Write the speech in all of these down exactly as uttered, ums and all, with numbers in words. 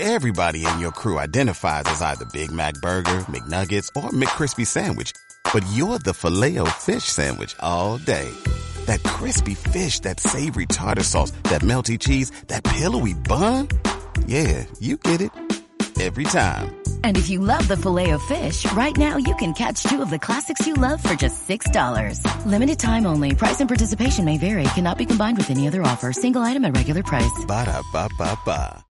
Everybody in your crew identifies as either Big Mac Burger, McNuggets, or McCrispy Sandwich. But you're the Filet-O-Fish Sandwich all day. That crispy fish, that savory tartar sauce, that melty cheese, that pillowy bun. Yeah, you get it. Every time. And if you love the Filet-O-Fish, right now you can catch two of the classics you love for just six dollars. Limited time only. Price and participation may vary. Cannot be combined with any other offer. Single item at regular price. Ba-da-ba-ba-ba.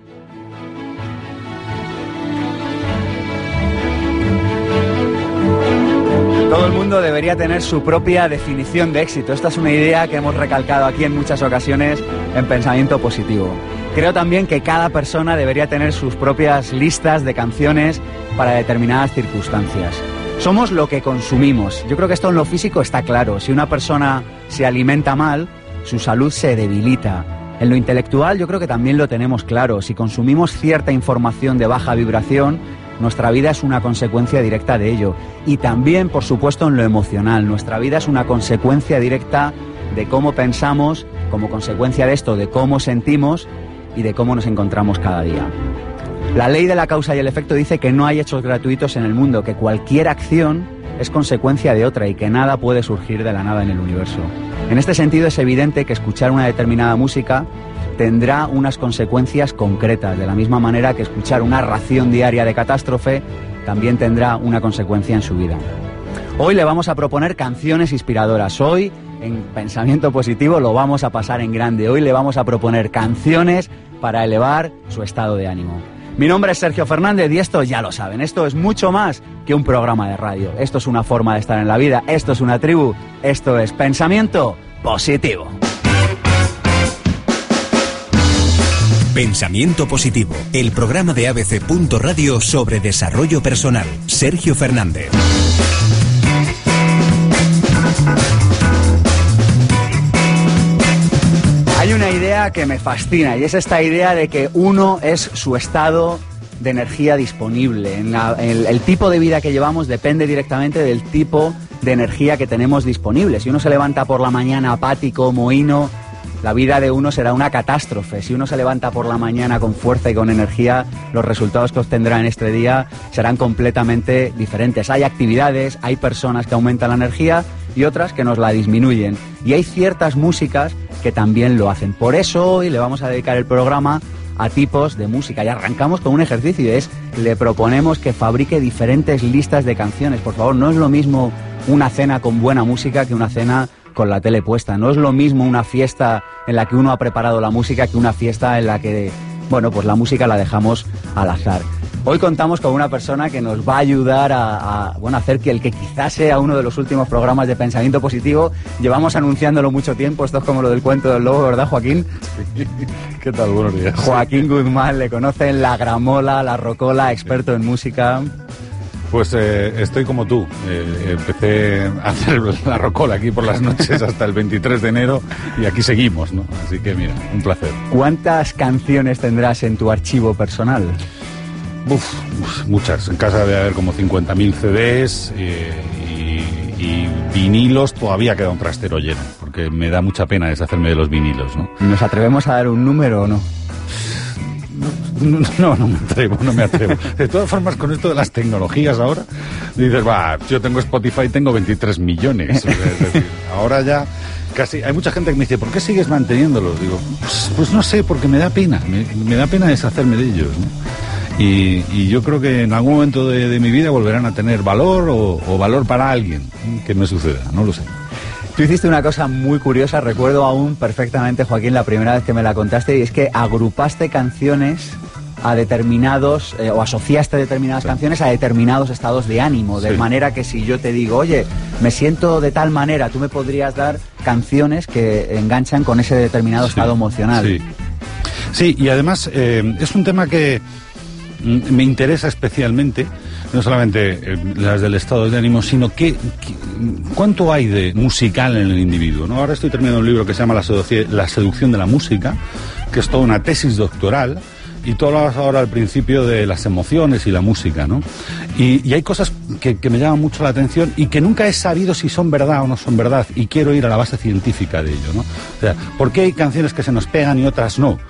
Todo el mundo debería tener su propia definición de éxito. Esta es una idea que hemos recalcado aquí en muchas ocasiones en Pensamiento Positivo. Creo también que cada persona debería tener sus propias listas de canciones para determinadas circunstancias. Somos lo que consumimos. Yo creo que esto en lo físico está claro. Si una persona se alimenta mal, su salud se debilita. En lo intelectual yo creo que también lo tenemos claro. Si consumimos cierta información de baja vibración, nuestra vida es una consecuencia directa de ello. Y también, por supuesto, en lo emocional. Nuestra vida es una consecuencia directa de cómo pensamos, como consecuencia de esto, de cómo sentimos y de cómo nos encontramos cada día. La ley de la causa y el efecto dice que no hay hechos gratuitos en el mundo, que cualquier acción es consecuencia de otra y que nada puede surgir de la nada en el universo. En este sentido es evidente que escuchar una determinada música tendrá unas consecuencias concretas, de la misma manera que escuchar una ración diaria de catástrofe también tendrá una consecuencia en su vida. Hoy le vamos a proponer canciones inspiradoras. Hoy, en Pensamiento Positivo, lo vamos a pasar en grande. Hoy le vamos a proponer canciones para elevar su estado de ánimo. Mi nombre es Sergio Fernández y esto ya lo saben, esto es mucho más que un programa de radio. Esto es una forma de estar en la vida, esto es una tribu, esto es Pensamiento Positivo. Pensamiento Positivo, el programa de A B C punto Radio sobre desarrollo personal. Sergio Fernández. Hay una idea que me fascina y es esta idea de que uno es su estado de energía disponible. En la, el, el tipo de vida que llevamos depende directamente del tipo de energía que tenemos disponible. Si uno se levanta por la mañana apático, mohíno, la vida de uno será una catástrofe. Si uno se levanta por la mañana con fuerza y con energía, los resultados que obtendrá en este día serán completamente diferentes. Hay actividades, hay personas que aumentan la energía y otras que nos la disminuyen. Y hay ciertas músicas que también lo hacen. Por eso hoy le vamos a dedicar el programa a tipos de música. Y arrancamos con un ejercicio, es, le proponemos que fabrique diferentes listas de canciones. Por favor, no es lo mismo una cena con buena música que una cena con la tele puesta. No es lo mismo una fiesta en la que uno ha preparado la música que una fiesta en la que, bueno, pues la música la dejamos al azar. Hoy contamos con una persona que nos va a ayudar a, a bueno, hacer que el que quizás sea uno de los últimos programas de Pensamiento Positivo. Llevamos anunciándolo mucho tiempo, esto es como lo del cuento del lobo, ¿verdad, Joaquín? Sí. ¿Qué tal? Buenos días. Joaquín Guzmán, le conocen la gramola, la rocola, experto en música. Pues eh, estoy como tú, eh, empecé a hacer la rocola aquí por las noches hasta el veintitrés de enero y aquí seguimos, ¿no? Así que mira, un placer. ¿Cuántas canciones tendrás en tu archivo personal? Uf, uf, muchas. En casa debe haber como cincuenta mil C Ds eh, y, y vinilos. Todavía queda un trastero lleno, porque me da mucha pena deshacerme de los vinilos, ¿no? ¿Nos atrevemos a dar un número o no? No, no, no me atrevo, no me atrevo. De todas formas, con esto de las tecnologías ahora, dices, va, yo tengo Spotify, tengo veintitrés millones. Es decir, ahora ya casi... Hay mucha gente que me dice, ¿por qué sigues manteniéndolos? Digo, pues, pues no sé, porque me da pena, me, me da pena deshacerme de ellos, ¿no? Y, y yo creo que en algún momento de, de mi vida volverán a tener valor o, o valor para alguien que me suceda, no lo sé. Tú hiciste una cosa muy curiosa, recuerdo aún perfectamente, Joaquín, la primera vez que me la contaste, y es que agrupaste canciones a determinados, eh, o asociaste determinadas sí. canciones a determinados estados de ánimo, de sí. manera que si yo te digo, oye, me siento de tal manera, tú me podrías dar canciones que enganchan con ese determinado sí. estado emocional. Sí, sí, y además eh, es un tema que me interesa especialmente, no solamente eh, las del estado de ánimo, sino que, que cuánto hay de musical en el individuo, ¿no? Ahora estoy terminando un libro que se llama La, seduc- La seducción de la música, que es toda una tesis doctoral, y tú hablabas ahora al principio de las emociones y la música, ¿no? Y, y hay cosas que, que me llaman mucho la atención y que nunca he sabido si son verdad o no son verdad, y quiero ir a la base científica de ello, ¿no? O sea, ¿por qué hay canciones que se nos pegan y otras no?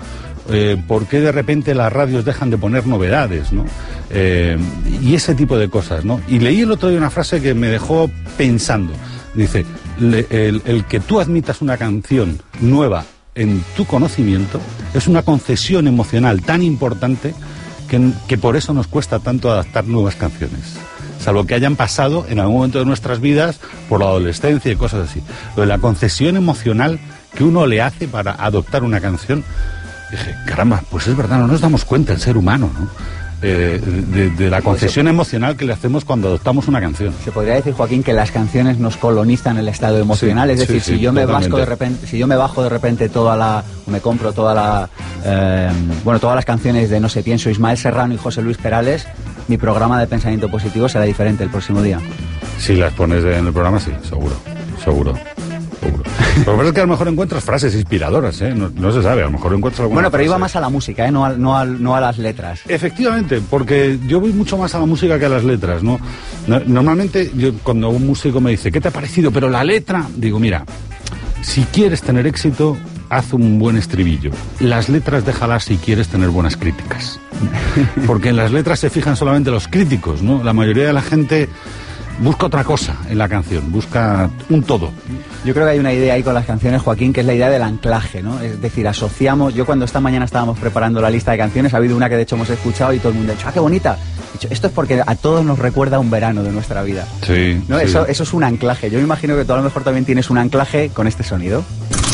Eh, ¿Por qué de repente las radios dejan de poner novedades, ¿no? Eh, y ese tipo de cosas, ¿no? Y leí el otro día una frase que me dejó pensando. Dice, le, el, el que tú admitas una canción nueva en tu conocimiento es una concesión emocional tan importante que, que por eso nos cuesta tanto adaptar nuevas canciones. Salvo que hayan pasado en algún momento de nuestras vidas por la adolescencia y cosas así. Lo de la concesión emocional que uno le hace para adoptar una canción, dije, caramba, pues es verdad, no nos damos cuenta el ser humano, ¿no? Eh, de, de la concesión emocional que le hacemos cuando adoptamos una canción. Se podría decir, Joaquín, que las canciones nos colonizan el estado emocional, sí, es decir, sí, si sí, yo me bajo de repente, si yo me bajo de repente toda la, me compro toda la, eh, bueno, todas las canciones de No sé, pienso, Ismael Serrano y José Luis Perales, mi programa de pensamiento positivo será diferente el próximo día. Si las pones en el programa, sí, seguro, seguro. Seguro. Pero es que a lo mejor encuentras frases inspiradoras, ¿eh? No, no se sabe, a lo mejor encuentras alguna Bueno, pero frase. Iba más a la música, ¿eh? No a, no, a, no a las letras. Efectivamente, porque yo voy mucho más a la música que a las letras, ¿no? no normalmente, yo, cuando un músico me dice, ¿qué te ha parecido? Pero la letra, digo, mira, si quieres tener éxito, haz un buen estribillo. Las letras déjalas si quieres tener buenas críticas. Porque en las letras se fijan solamente los críticos, ¿no? La mayoría de la gente busca otra cosa en la canción, busca un todo. Yo creo que hay una idea ahí con las canciones, Joaquín, que es la idea del anclaje, ¿no? Es decir, asociamos... Yo cuando esta mañana estábamos preparando la lista de canciones, ha habido una que de hecho hemos escuchado y todo el mundo ha dicho, ¡ah, qué bonita! He dicho, esto es porque a todos nos recuerda un verano de nuestra vida. Sí, ¿no? sí. Eso, eso es un anclaje. Yo me imagino que tú a lo mejor también tienes un anclaje con este sonido.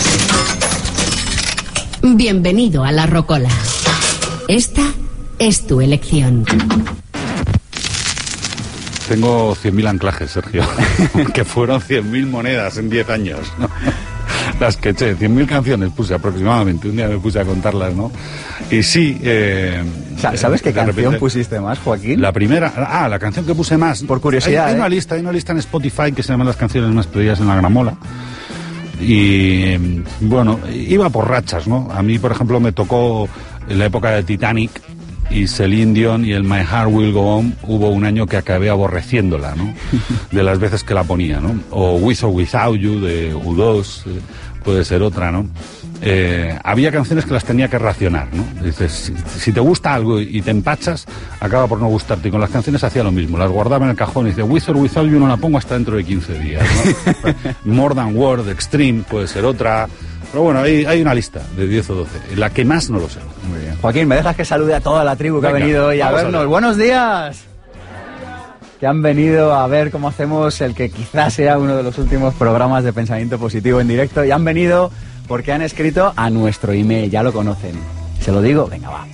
Bienvenido a La Rocola. Esta es tu elección. Tengo cien mil anclajes, Sergio, que fueron cien mil monedas en diez años, ¿no? Las que eché, cien mil canciones puse aproximadamente, un día me puse a contarlas, ¿no? Y sí... Eh, ¿Sabes qué canción repente, pusiste más, Joaquín? La primera, ah, la canción que puse más... Por curiosidad, Hay, hay ¿eh? una lista, hay una lista en Spotify que se llama las canciones más pedidas en la gramola. Y, bueno, iba por rachas, ¿no? A mí, por ejemplo, me tocó en la época de Titanic... y Celine Dion y el My Heart Will Go On, hubo un año que acabé aborreciéndola, ¿no? De las veces que la ponía, ¿no? O With or Without You, de U dos, eh, puede ser otra, ¿no? Eh, había canciones que las tenía que racionar, ¿no? Dices, si, si te gusta algo y te empachas, acaba por no gustarte. Y con las canciones hacía lo mismo, las guardaba en el cajón y dice, With or Without You no la pongo hasta dentro de quince días, ¿no? More Than Word, Extreme, puede ser otra... Pero bueno, hay, hay una lista de diez o doce. La que más no lo sé. Muy bien. Joaquín, ¿me dejas que salude a toda la tribu que Venga, ha venido hoy a vernos? A ¡Buenos días! Que han venido a ver cómo hacemos el que quizás sea uno de los últimos programas de pensamiento positivo en directo. Y han venido porque han escrito a nuestro email, ya lo conocen. ¿Se lo digo? Venga, va.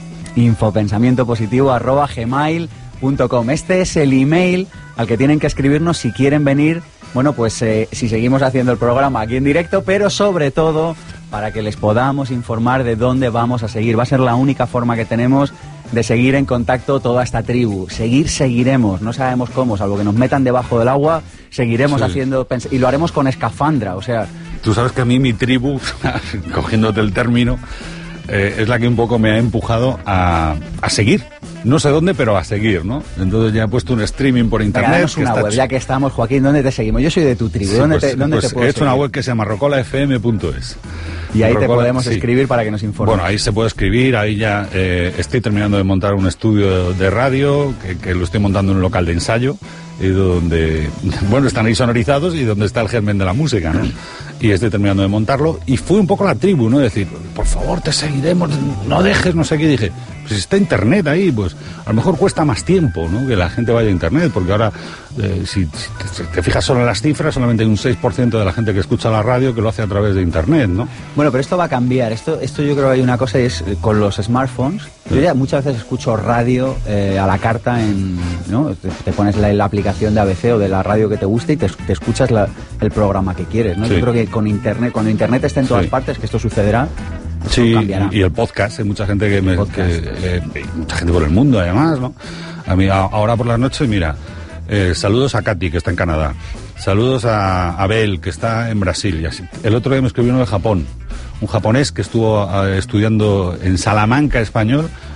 infopensamientopositivo arroba gmail punto com. Este es el email al que tienen que escribirnos si quieren venir. Bueno, pues eh, si seguimos haciendo el programa aquí en directo, pero sobre todo para que les podamos informar de dónde vamos a seguir. Va a ser la única forma que tenemos de seguir en contacto toda esta tribu. Seguir, seguiremos, no sabemos cómo, salvo que nos metan debajo del agua, seguiremos sí. haciendo... Y lo haremos con escafandra, o sea... Tú sabes que a mí mi tribu, cogiéndote el término, eh, es la que un poco me ha empujado a, a seguir. No sé dónde, pero a seguir, ¿no? Entonces ya he puesto un streaming por internet. Que una está web, ch... ya que estamos, Joaquín, ¿dónde te seguimos? Yo soy de tu tribu, sí, ¿dónde, pues, te, ¿dónde pues te puedo he hecho seguir? una web que se llama rocola f m punto es. Y ahí Rocola, te podemos sí. escribir para que nos informes. Bueno, ahí se puede escribir, ahí ya eh, estoy terminando de montar un estudio de radio, que, que lo estoy montando en un local de ensayo, y donde, bueno, están ahí sonorizados y donde está el germen de la música, ¿no? Y estoy terminando de montarlo, y fue un poco la tribu, ¿no? Decir, por favor, te seguiremos, no dejes, no sé qué. Y dije, pues está internet ahí, pues a lo mejor cuesta más tiempo, ¿no? Que la gente vaya a internet, porque ahora, eh, si, si te fijas solo en las cifras, solamente hay un seis por ciento de la gente que escucha la radio que lo hace a través de internet, ¿no? Bueno, pero esto va a cambiar. Esto, esto yo creo que hay una cosa, y es con los smartphones. Yo ya muchas veces escucho radio eh, a la carta, en, ¿no? Te, te pones la, la aplicación de A B C o de la radio que te guste y te, te escuchas la, el programa que quieres, ¿no? Sí. Yo creo que con internet, cuando internet esté en todas sí. partes, que esto sucederá. Sí, y el podcast, hay mucha gente que, me, que eh, mucha gente por el mundo además, ¿no? A mí a, ahora por las noches, mira, eh, saludos a Katy, que está en Canadá, saludos a Abel, que está en Brasil, y así. El otro día me escribió uno de Japón, un japonés que estuvo uh, estudiando en Salamanca español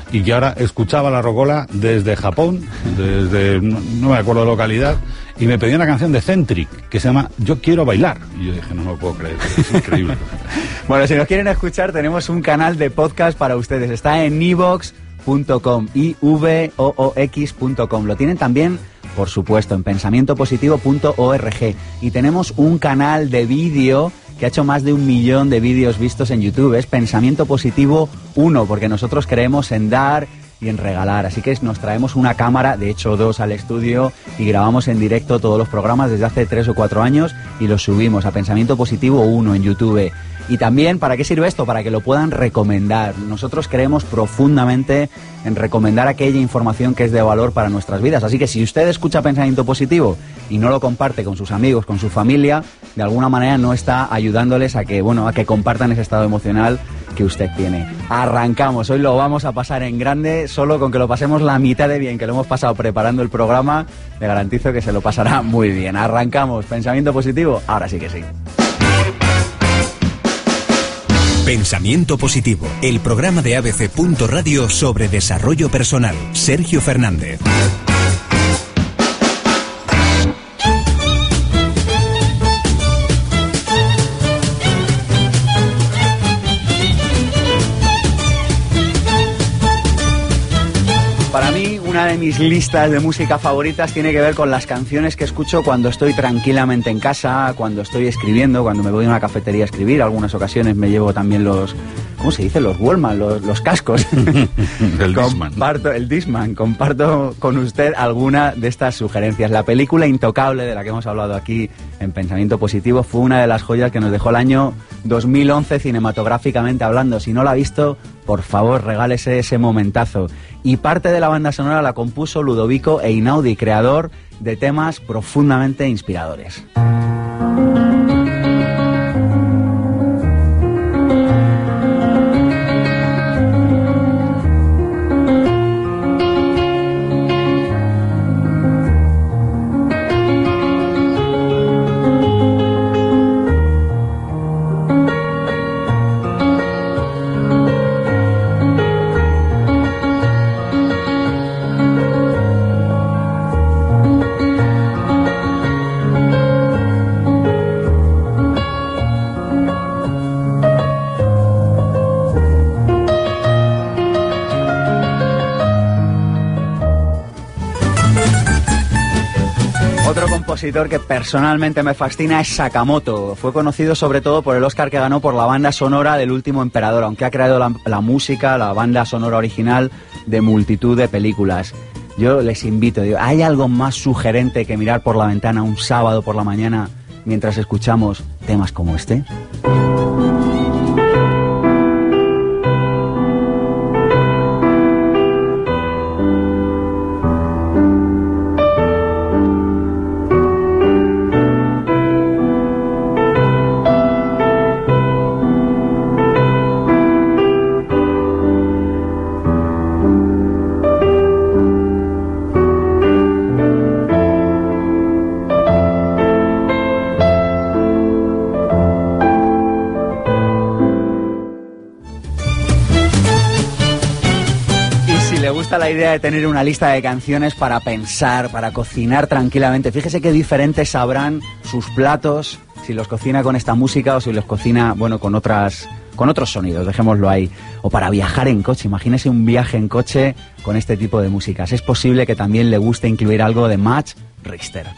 y que ahora escuchaba la rocola desde Japón, desde no, no me acuerdo de localidad, y me pedía una canción de Centric que se llama Yo quiero bailar. Y yo dije, no me lo puedo creer, es increíble. Bueno, si nos quieren escuchar, tenemos un canal de podcast para ustedes. Está en ivox punto com, i v o o x punto com. Lo tienen también, por supuesto, en pensamiento positivo punto org. Y tenemos un canal de vídeo que ha hecho más de un millón de vídeos vistos en YouTube. Es Pensamiento Positivo uno, porque nosotros creemos en dar y en regalar. Así que nos traemos una cámara, de hecho dos, al estudio y grabamos en directo todos los programas desde hace tres o cuatro años y los subimos a Pensamiento Positivo uno en YouTube. Y también, ¿para qué sirve esto? Para que lo puedan recomendar. Nosotros creemos profundamente en recomendar aquella información que es de valor para nuestras vidas. Así que si usted escucha Pensamiento Positivo y no lo comparte con sus amigos, con su familia, de alguna manera no está ayudándoles a que, bueno, a que compartan ese estado emocional que usted tiene. Arrancamos. Hoy lo vamos a pasar en grande, solo con que lo pasemos la mitad de bien que lo hemos pasado preparando el programa, le garantizo que se lo pasará muy bien. Arrancamos. Pensamiento Positivo, ahora sí que sí. Pensamiento Positivo, el programa de A B C punto Radio sobre desarrollo personal. Sergio Fernández. Para mí, una de mis listas de música favoritas tiene que ver con las canciones que escucho cuando estoy tranquilamente en casa, cuando estoy escribiendo, cuando me voy a una cafetería a escribir. Algunas ocasiones me llevo también los, ¿cómo se dice? Los Wallman, los, los cascos. El Discman. Comparto, el Discman. Comparto con usted alguna de estas sugerencias. La película Intocable, de la que hemos hablado aquí en Pensamiento Positivo, fue una de las joyas que nos dejó el año dos mil once cinematográficamente hablando. Si no la ha visto, por favor, regálese ese momentazo. Y parte de la banda sonora la compuso Ludovico Einaudi, creador de temas profundamente inspiradores. Compositor que personalmente me fascina es Sakamoto. Fue conocido sobre todo por el Oscar que ganó por la banda sonora del Último Emperador, aunque ha creado la, la música, la banda sonora original de multitud de películas. Yo les invito, digo, ¿hay algo más sugerente que mirar por la ventana un sábado por la mañana mientras escuchamos temas como este? La idea de tener una lista de canciones para pensar, para cocinar tranquilamente. Fíjese qué diferentes sabrán sus platos si los cocina con esta música o si los cocina, bueno, con otras, con otros sonidos, dejémoslo ahí. O para viajar en coche, imagínese un viaje en coche con este tipo de músicas. Es posible que también le guste incluir algo de Max Richter.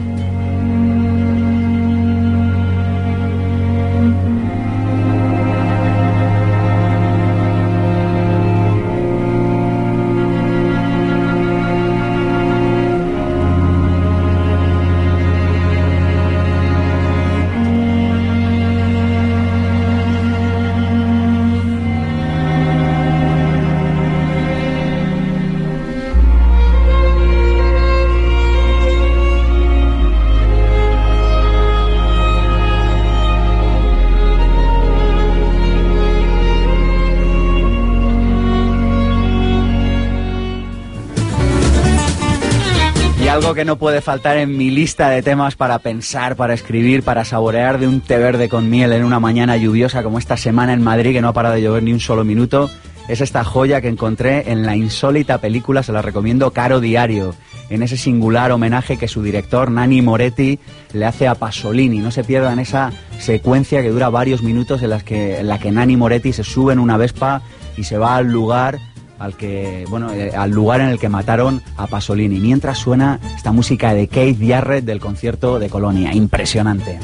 Algo que no puede faltar en mi lista de temas para pensar, para escribir, para saborear de un té verde con miel en una mañana lluviosa como esta semana en Madrid, que no ha parado de llover ni un solo minuto, es esta joya que encontré en la insólita película, se la recomiendo, Caro Diario, en ese singular homenaje que su director, Nanni Moretti, le hace a Pasolini. No se pierdan esa secuencia que dura varios minutos en, las que, en la que Nanni Moretti se sube en una Vespa y se va al lugar al que, bueno, eh, al lugar en el que mataron a Pasolini, mientras suena esta música de Keith Jarrett del concierto de Colonia. Impresionante.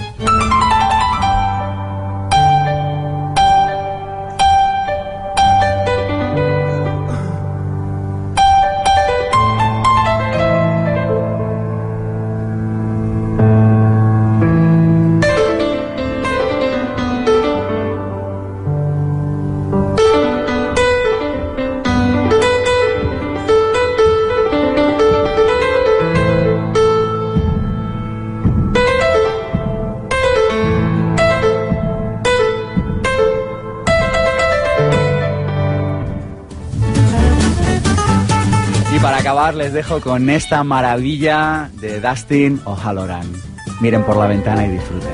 Les dejo con esta maravilla de Dustin O'Halloran. Miren por la ventana y disfruten.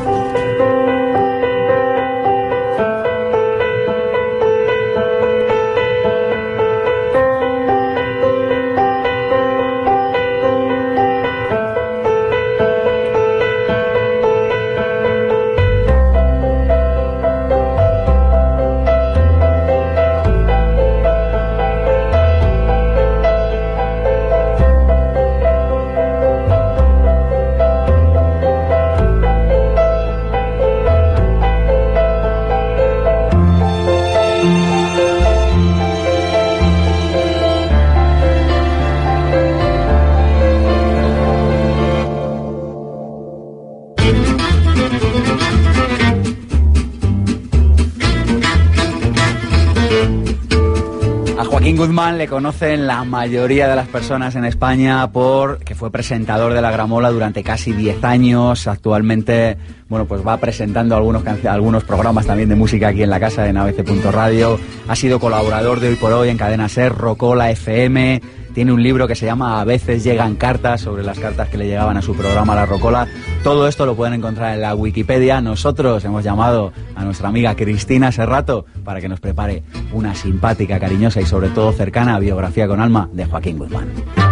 Joaquín Guzmán le conocen la mayoría de las personas en España por que fue presentador de La Gramola durante casi diez años. Actualmente, bueno, pues va presentando algunos, algunos programas también de música aquí en la casa en A B C punto radio. Ha sido colaborador de Hoy por Hoy en Cadena Ser, Rocola F M. Tiene un libro que se llama A veces llegan cartas, sobre las cartas que le llegaban a su programa La Rocola. Todo esto lo pueden encontrar en la Wikipedia. Nosotros hemos llamado a nuestra amiga Cristina Serrato para que nos prepare una simpática, cariñosa y sobre todo cercana biografía con alma de Joaquín Guzmán.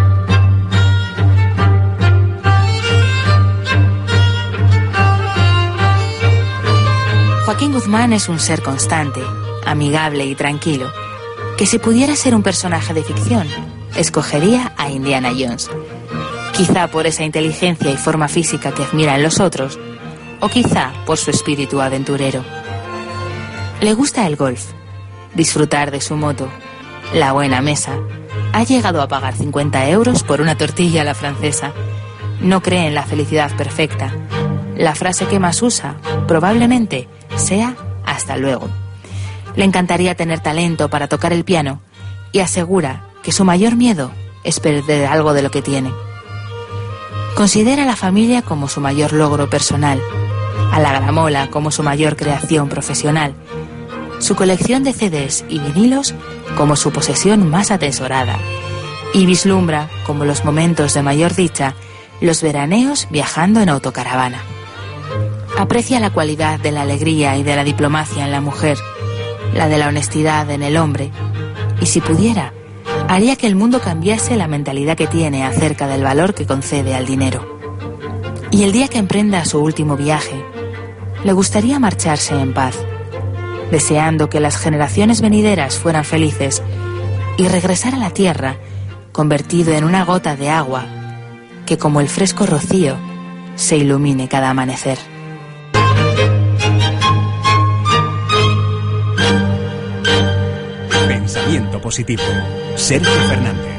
Joaquín Guzmán es un ser constante, amigable y tranquilo, que si pudiera ser un personaje de ficción, escogería a Indiana Jones. Quizá por esa inteligencia y forma física que admira en los otros, o quizá por su espíritu aventurero. Le gusta el golf, disfrutar de su moto, la buena mesa. Ha llegado a pagar cincuenta euros por una tortilla a la francesa. No cree en la felicidad perfecta. La frase que más usa, probablemente, sea hasta luego. Le encantaría tener talento para tocar el piano y asegura que su mayor miedo es perder algo de lo que tiene. Considera a la familia como su mayor logro personal, a La Gramola como su mayor creación profesional, su colección de C Ds y vinilos como su posesión más atesorada, y vislumbra, como los momentos de mayor dicha, los veraneos viajando en autocaravana. Aprecia la cualidad de la alegría y de la diplomacia en la mujer, la de la honestidad en el hombre, y si pudiera, haría que el mundo cambiase la mentalidad que tiene acerca del valor que concede al dinero. Y el día que emprenda su último viaje, le gustaría marcharse en paz, deseando que las generaciones venideras fueran felices y regresar a la tierra convertido en una gota de agua que, como el fresco rocío, se ilumine cada amanecer. Pensamiento positivo. Sergio Fernández.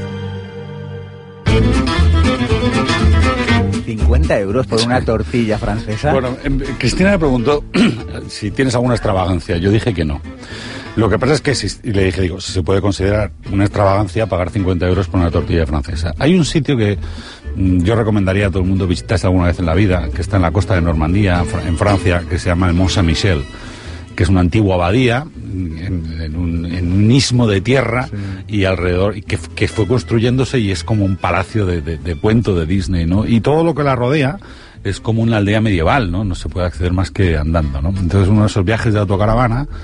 cincuenta euros por una tortilla francesa. Bueno, eh, Cristina me preguntó si tienes alguna extravagancia. Yo dije que no. Lo que pasa es que si, y le dije, digo, si se puede considerar una extravagancia pagar cincuenta euros por una tortilla francesa. Hay un sitio que mm, yo recomendaría a todo el mundo visitase alguna vez en la vida, que está en la costa de Normandía, en Francia, que se llama el Mont Saint-Michel, que es una antigua abadía en, en, un, en un istmo de tierra, sí, y alrededor, y que, que fue construyéndose y es como un palacio de, de, de cuento de Disney, ¿no? Y todo lo que la rodea es como una aldea medieval, ¿no? No se puede acceder más que andando, ¿no? Entonces uno de esos viajes de autocaravana,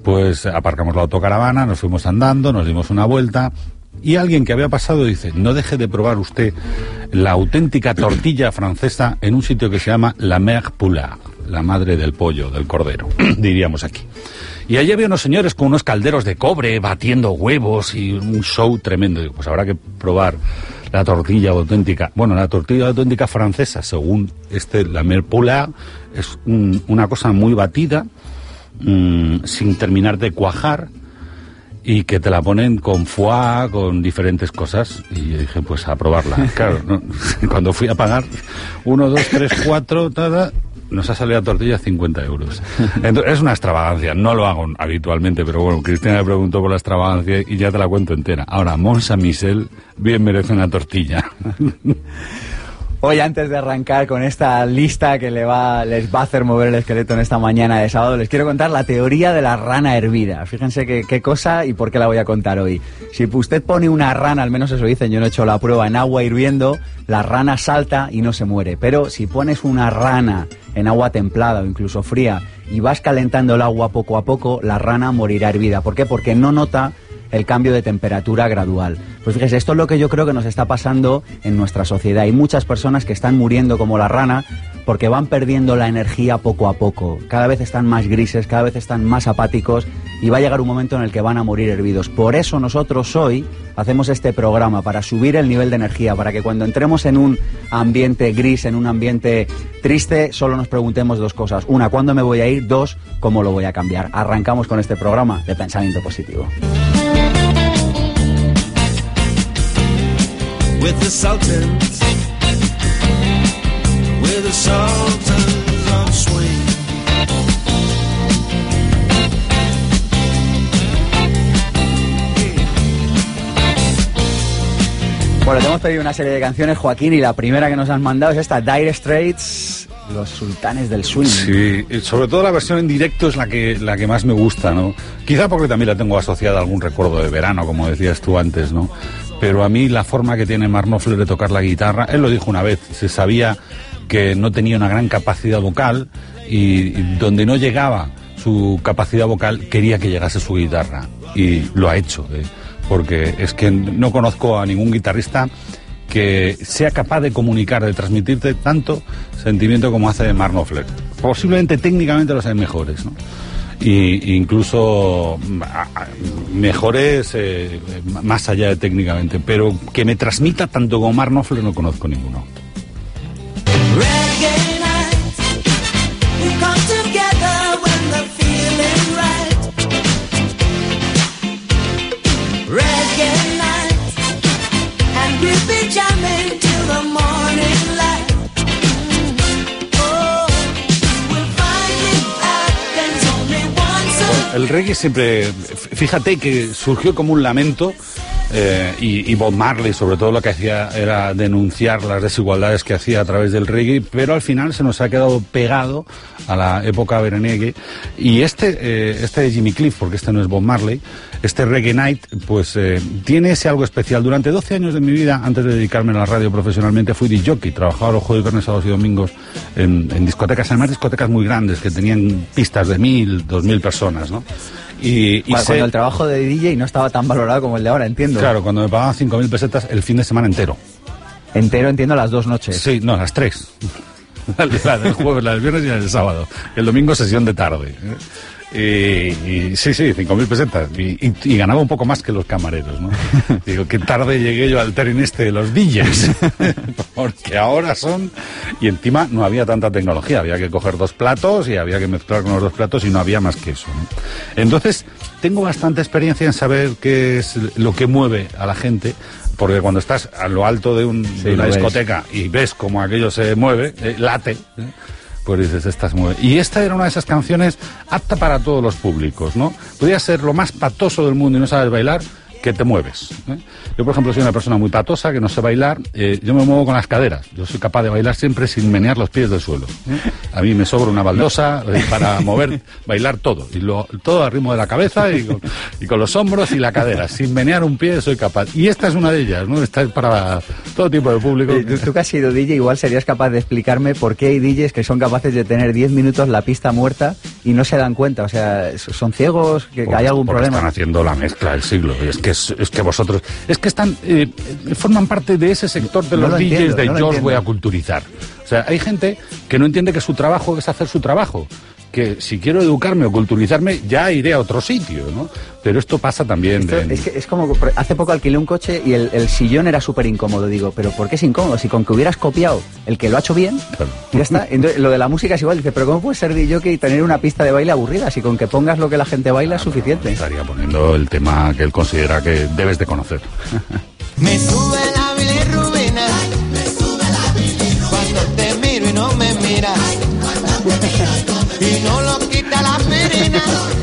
Pues aparcamos la autocaravana, nos fuimos andando, nos dimos una vuelta y alguien que había pasado dice, no deje de probar usted la auténtica tortilla francesa en un sitio que se llama La Mère Poulard, la madre del pollo, del cordero, diríamos aquí. Y allí había unos señores con unos calderos de cobre batiendo huevos y un show tremendo. Digo, pues habrá que probar la tortilla auténtica. Bueno, la tortilla auténtica francesa, según este La Mère Poulard, es un, una cosa muy batida, mmm, sin terminar de cuajar, y que te la ponen con foie, con diferentes cosas. Y yo dije, pues a probarla. Claro, ¿no? Cuando fui a pagar, uno, dos, tres, cuatro, nada, nos ha salido la tortilla cincuenta euros. Entonces, es una extravagancia, no lo hago habitualmente, pero bueno, Cristina me preguntó por la extravagancia y ya te la cuento entera. Ahora, Mont Saint-Michel bien merece una tortilla. Hoy, antes de arrancar con esta lista que le va, les va a hacer mover el esqueleto en esta mañana de sábado, les quiero contar la teoría de la rana hervida. Fíjense qué, qué cosa y por qué la voy a contar hoy. Si usted pone una rana, al menos eso dicen, yo no he hecho la prueba, en agua hirviendo, la rana salta y no se muere. Pero si pones una rana en agua templada o incluso fría y vas calentando el agua poco a poco, la rana morirá hervida. ¿Por qué? Porque no nota el cambio de temperatura gradual. Pues fíjese, esto es lo que yo creo que nos está pasando en nuestra sociedad. Hay muchas personas que están muriendo como la rana porque van perdiendo la energía poco a poco. Cada vez están más grises, cada vez están más apáticos y va a llegar un momento en el que van a morir hervidos. Por eso nosotros hoy hacemos este programa, para subir el nivel de energía, para que cuando entremos en un ambiente gris, en un ambiente triste, solo nos preguntemos dos cosas. Una, ¿cuándo me voy a ir? Dos, ¿cómo lo voy a cambiar? Arrancamos con este programa de Pensamiento Positivo. With the Sultans, with the Sultans on swing. Bueno, te hemos pedido una serie de canciones, Joaquín, y la primera que nos han mandado es esta, Dire Straits, Los Sultanes del Swing. Sí, sobre todo la versión en directo es la que, la que más me gusta, ¿no? Quizá porque también la tengo asociada a algún recuerdo de verano, como decías tú antes, ¿no? Pero a mí la forma que tiene Mark Knopfler de tocar la guitarra, él lo dijo una vez, se sabía que no tenía una gran capacidad vocal y, y donde no llegaba su capacidad vocal quería que llegase su guitarra, y lo ha hecho, ¿eh? Porque es que no conozco a ningún guitarrista que sea capaz de comunicar, de transmitirte tanto sentimiento como hace Mark Knopfler. Posiblemente técnicamente los hay mejores, ¿no? Y incluso mejores eh, más allá de técnicamente, pero que me transmita tanto como Mark Knopfler no conozco ninguno. El reggae siempre, fíjate que surgió como un lamento, eh, y, y Bob Marley sobre todo lo que hacía era denunciar las desigualdades que hacía a través del reggae, pero al final se nos ha quedado pegado a la época berenegue, y este, eh, este de Jimmy Cliff, porque este no es Bob Marley, este Reggae Night, pues eh, tiene ese algo especial. Durante doce años de mi vida, antes de dedicarme a la radio profesionalmente, fui disc jockey, trabajaba los jueves, viernes, sábados y domingos en, en discotecas, además discotecas muy grandes, que tenían pistas de mil, dos mil personas, ¿no? Y, y bueno, sé, cuando el trabajo de D J no estaba tan valorado como el de ahora, entiendo. Claro, cuando me pagaban cinco mil pesetas el fin de semana entero. Entero, entiendo, las dos noches. Sí, no, las tres. La, la del jueves, la del viernes y la del sábado. El domingo sesión de tarde. Y, y sí, sí, cinco mil pesetas. Y, y, y ganaba un poco más que los camareros, ¿no? Digo, qué tarde llegué yo al tren este de los D Js. Porque ahora son... Y encima no había tanta tecnología. Había que coger dos platos y había que mezclar con los dos platos y no había más que eso, ¿no? Entonces, tengo bastante experiencia en saber qué es lo que mueve a la gente. Porque cuando estás a lo alto de, un, sí, de una discoteca ves. Y ves cómo aquello se mueve, eh, late... ¿eh? Pues dices, esta es muy... Y esta era una de esas canciones apta para todos los públicos, ¿no? Podía ser lo más patoso del mundo y no sabes bailar, que te mueves, ¿eh? Yo, por ejemplo, soy una persona muy patosa, que no sé bailar, eh, yo me muevo con las caderas. Yo soy capaz de bailar siempre sin menear los pies del suelo, ¿eh? A mí me sobra una baldosa eh, para mover, bailar todo, y lo, todo al ritmo de la cabeza y con, y con los hombros y la cadera. Sin menear un pie soy capaz. Y esta es una de ellas, ¿no? Esta es para todo tipo de público. Tú, tú que has sido D J, igual serías capaz de explicarme por qué hay D Js que son capaces de tener diez minutos la pista muerta y no se dan cuenta, o sea, son ciegos, que, que hay algún porque problema. Están haciendo la mezcla del siglo, y es que, es, es que vosotros, es que están, eh, forman parte de ese sector de No los lo D Js entiendo, de no lo yo os voy entiendo. a culturizar. O sea, hay gente que no entiende que su trabajo es hacer su trabajo, que si quiero educarme o culturizarme ya iré a otro sitio, ¿no? Pero esto pasa también. Esto, de... es, que, es como, hace poco alquilé un coche y el, el sillón era súper incómodo. Digo, ¿pero por qué es incómodo? Si con que hubieras copiado el que lo ha hecho bien, Claro. ya está. Entonces, lo de la música es igual. Dice, ¿pero cómo puede ser D J y tener una pista de baile aburrida? Si con que pongas lo que la gente baila es suficiente. Estaría poniendo el tema que él considera que debes de conocer. Me sube la bilirrubina. Me sube la bilirrubina. Cuando te miro y no me miras. Y no lo quita la aspirina.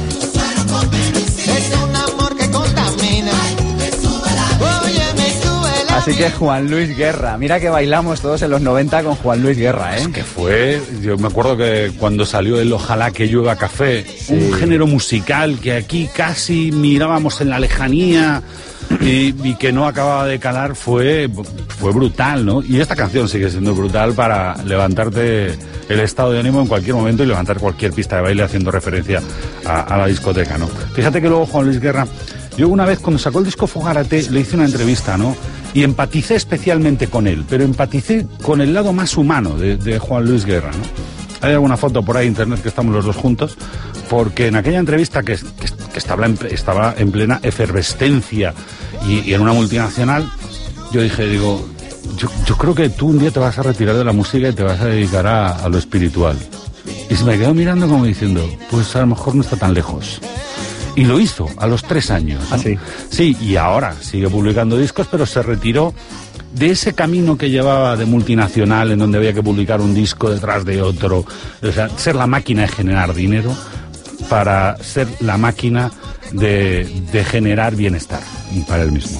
Es un amor que contamina. Oye, me sube la Así que Juan Luis Guerra. Mira que bailamos todos en los noventa con Juan Luis Guerra, ¿eh? Es que fue, yo me acuerdo que cuando salió el Ojalá que llueva café, un género musical que aquí casi mirábamos en la lejanía y, y que no acababa de calar, fue, fue brutal, ¿no? Y esta canción sigue siendo brutal para levantarte el estado de ánimo en cualquier momento y levantar cualquier pista de baile haciendo referencia a, a la discoteca, ¿no? Fíjate que luego Juan Luis Guerra, yo una vez cuando sacó el disco Fogarate le hice una entrevista, ¿no? Y empaticé especialmente con él, pero empaticé con el lado más humano de, de Juan Luis Guerra, ¿no? Hay alguna foto por ahí en internet que estamos los dos juntos, porque en aquella entrevista que, que, que estaba, en, estaba en plena efervescencia y, y en una multinacional, yo dije, digo, yo, yo creo que tú un día te vas a retirar de la música y te vas a dedicar a, a lo espiritual. Y se me quedó mirando como diciendo, pues a lo mejor no está tan lejos. Y lo hizo a los tres años, ¿no? ¿Ah, sí? Sí, y ahora sigue publicando discos, pero se retiró de ese camino que llevaba de multinacional, en donde había que publicar un disco detrás de otro, o sea, ser la máquina de generar dinero para ser la máquina de, de generar bienestar para él mismo.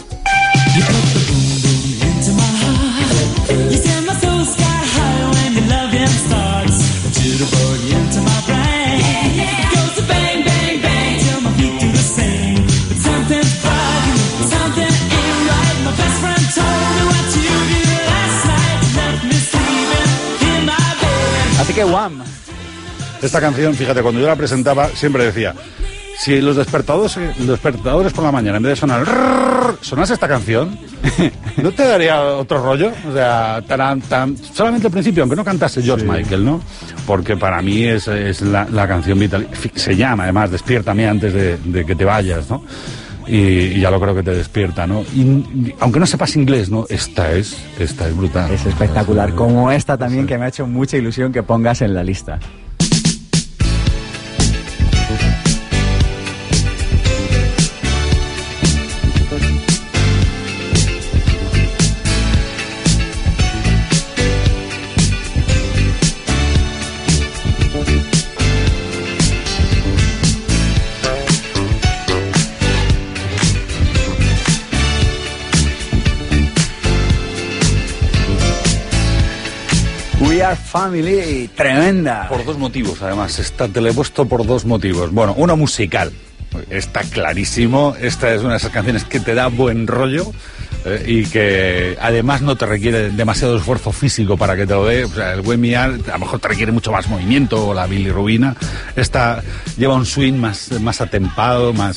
Así que Wham. Esta canción, fíjate, cuando yo la presentaba, siempre decía, si los despertadores, los despertadores por la mañana, en vez de sonar, rrr, sonase esta canción, ¿no te daría otro rollo? O sea, tan, tan, solamente al principio, aunque no cantase George sí. Michael, ¿no? Porque para mí es, es la, la canción vital. Se llama, además, Despiértame antes de, de que te vayas, ¿no? Y, y ya lo creo que te despierta, ¿no? Y, y aunque no sepas inglés, ¿no? Esta es, esta es brutal. Es espectacular, como esta también, que me ha hecho mucha ilusión que pongas en la lista. We Are Family, tremenda. Por dos motivos, además. Esta te la he puesto por dos motivos. Bueno, uno musical. Está clarísimo. Esta es una de esas canciones que te da buen rollo eh, y que además no te requiere demasiado esfuerzo físico para que te lo dé. O sea, el We Are a lo mejor te requiere mucho más movimiento, o la bilirrubina. Esta lleva un swing más, más atempado, más...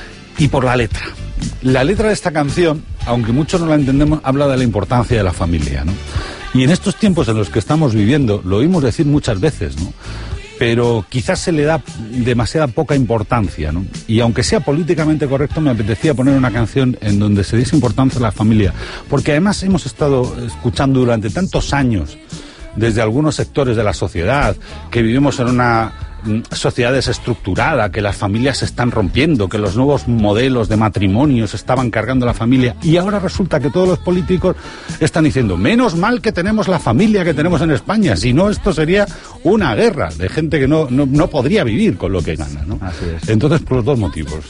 Y por la letra. La letra de esta canción, aunque muchos no la entendemos, habla de la importancia de la familia, ¿no? Y en estos tiempos en los que estamos viviendo, lo oímos decir muchas veces, ¿no? Pero quizás se le da demasiada poca importancia, ¿no? Y aunque sea políticamente correcto, me apetecía poner una canción en donde se diese importancia a la familia. Porque además hemos estado escuchando durante tantos años, desde algunos sectores de la sociedad, que vivimos en una sociedad desestructurada, que las familias se están rompiendo, que los nuevos modelos de matrimonio se estaban cargando a la familia, y ahora resulta que todos los políticos están diciendo, menos mal que tenemos la familia que tenemos en España, si no esto sería una guerra de gente que no, no, no podría vivir con lo que gana, ¿no? Así es. Entonces, por los dos motivos.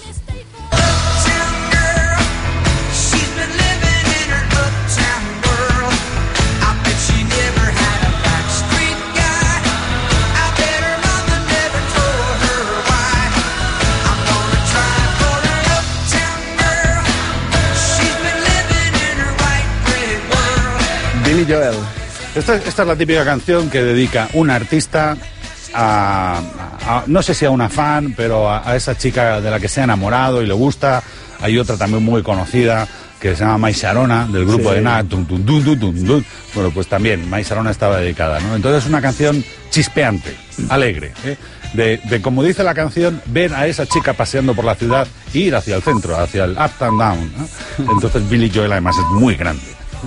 Billy Joel. Esta, esta es la típica canción que dedica un artista a, a, a, no sé si a una fan, pero a, a esa chica de la que se ha enamorado y le gusta. Hay otra también muy conocida que se llama Mai Sharona, del grupo sí. de Nat. Bueno, pues también Mai Sharona estaba dedicada, ¿no? Entonces es una canción chispeante, alegre, ¿eh? De, de, como dice la canción, ver a esa chica paseando por la ciudad e ir hacia el centro, hacia el uptown down, ¿no? Entonces Billy Joel además es muy grande.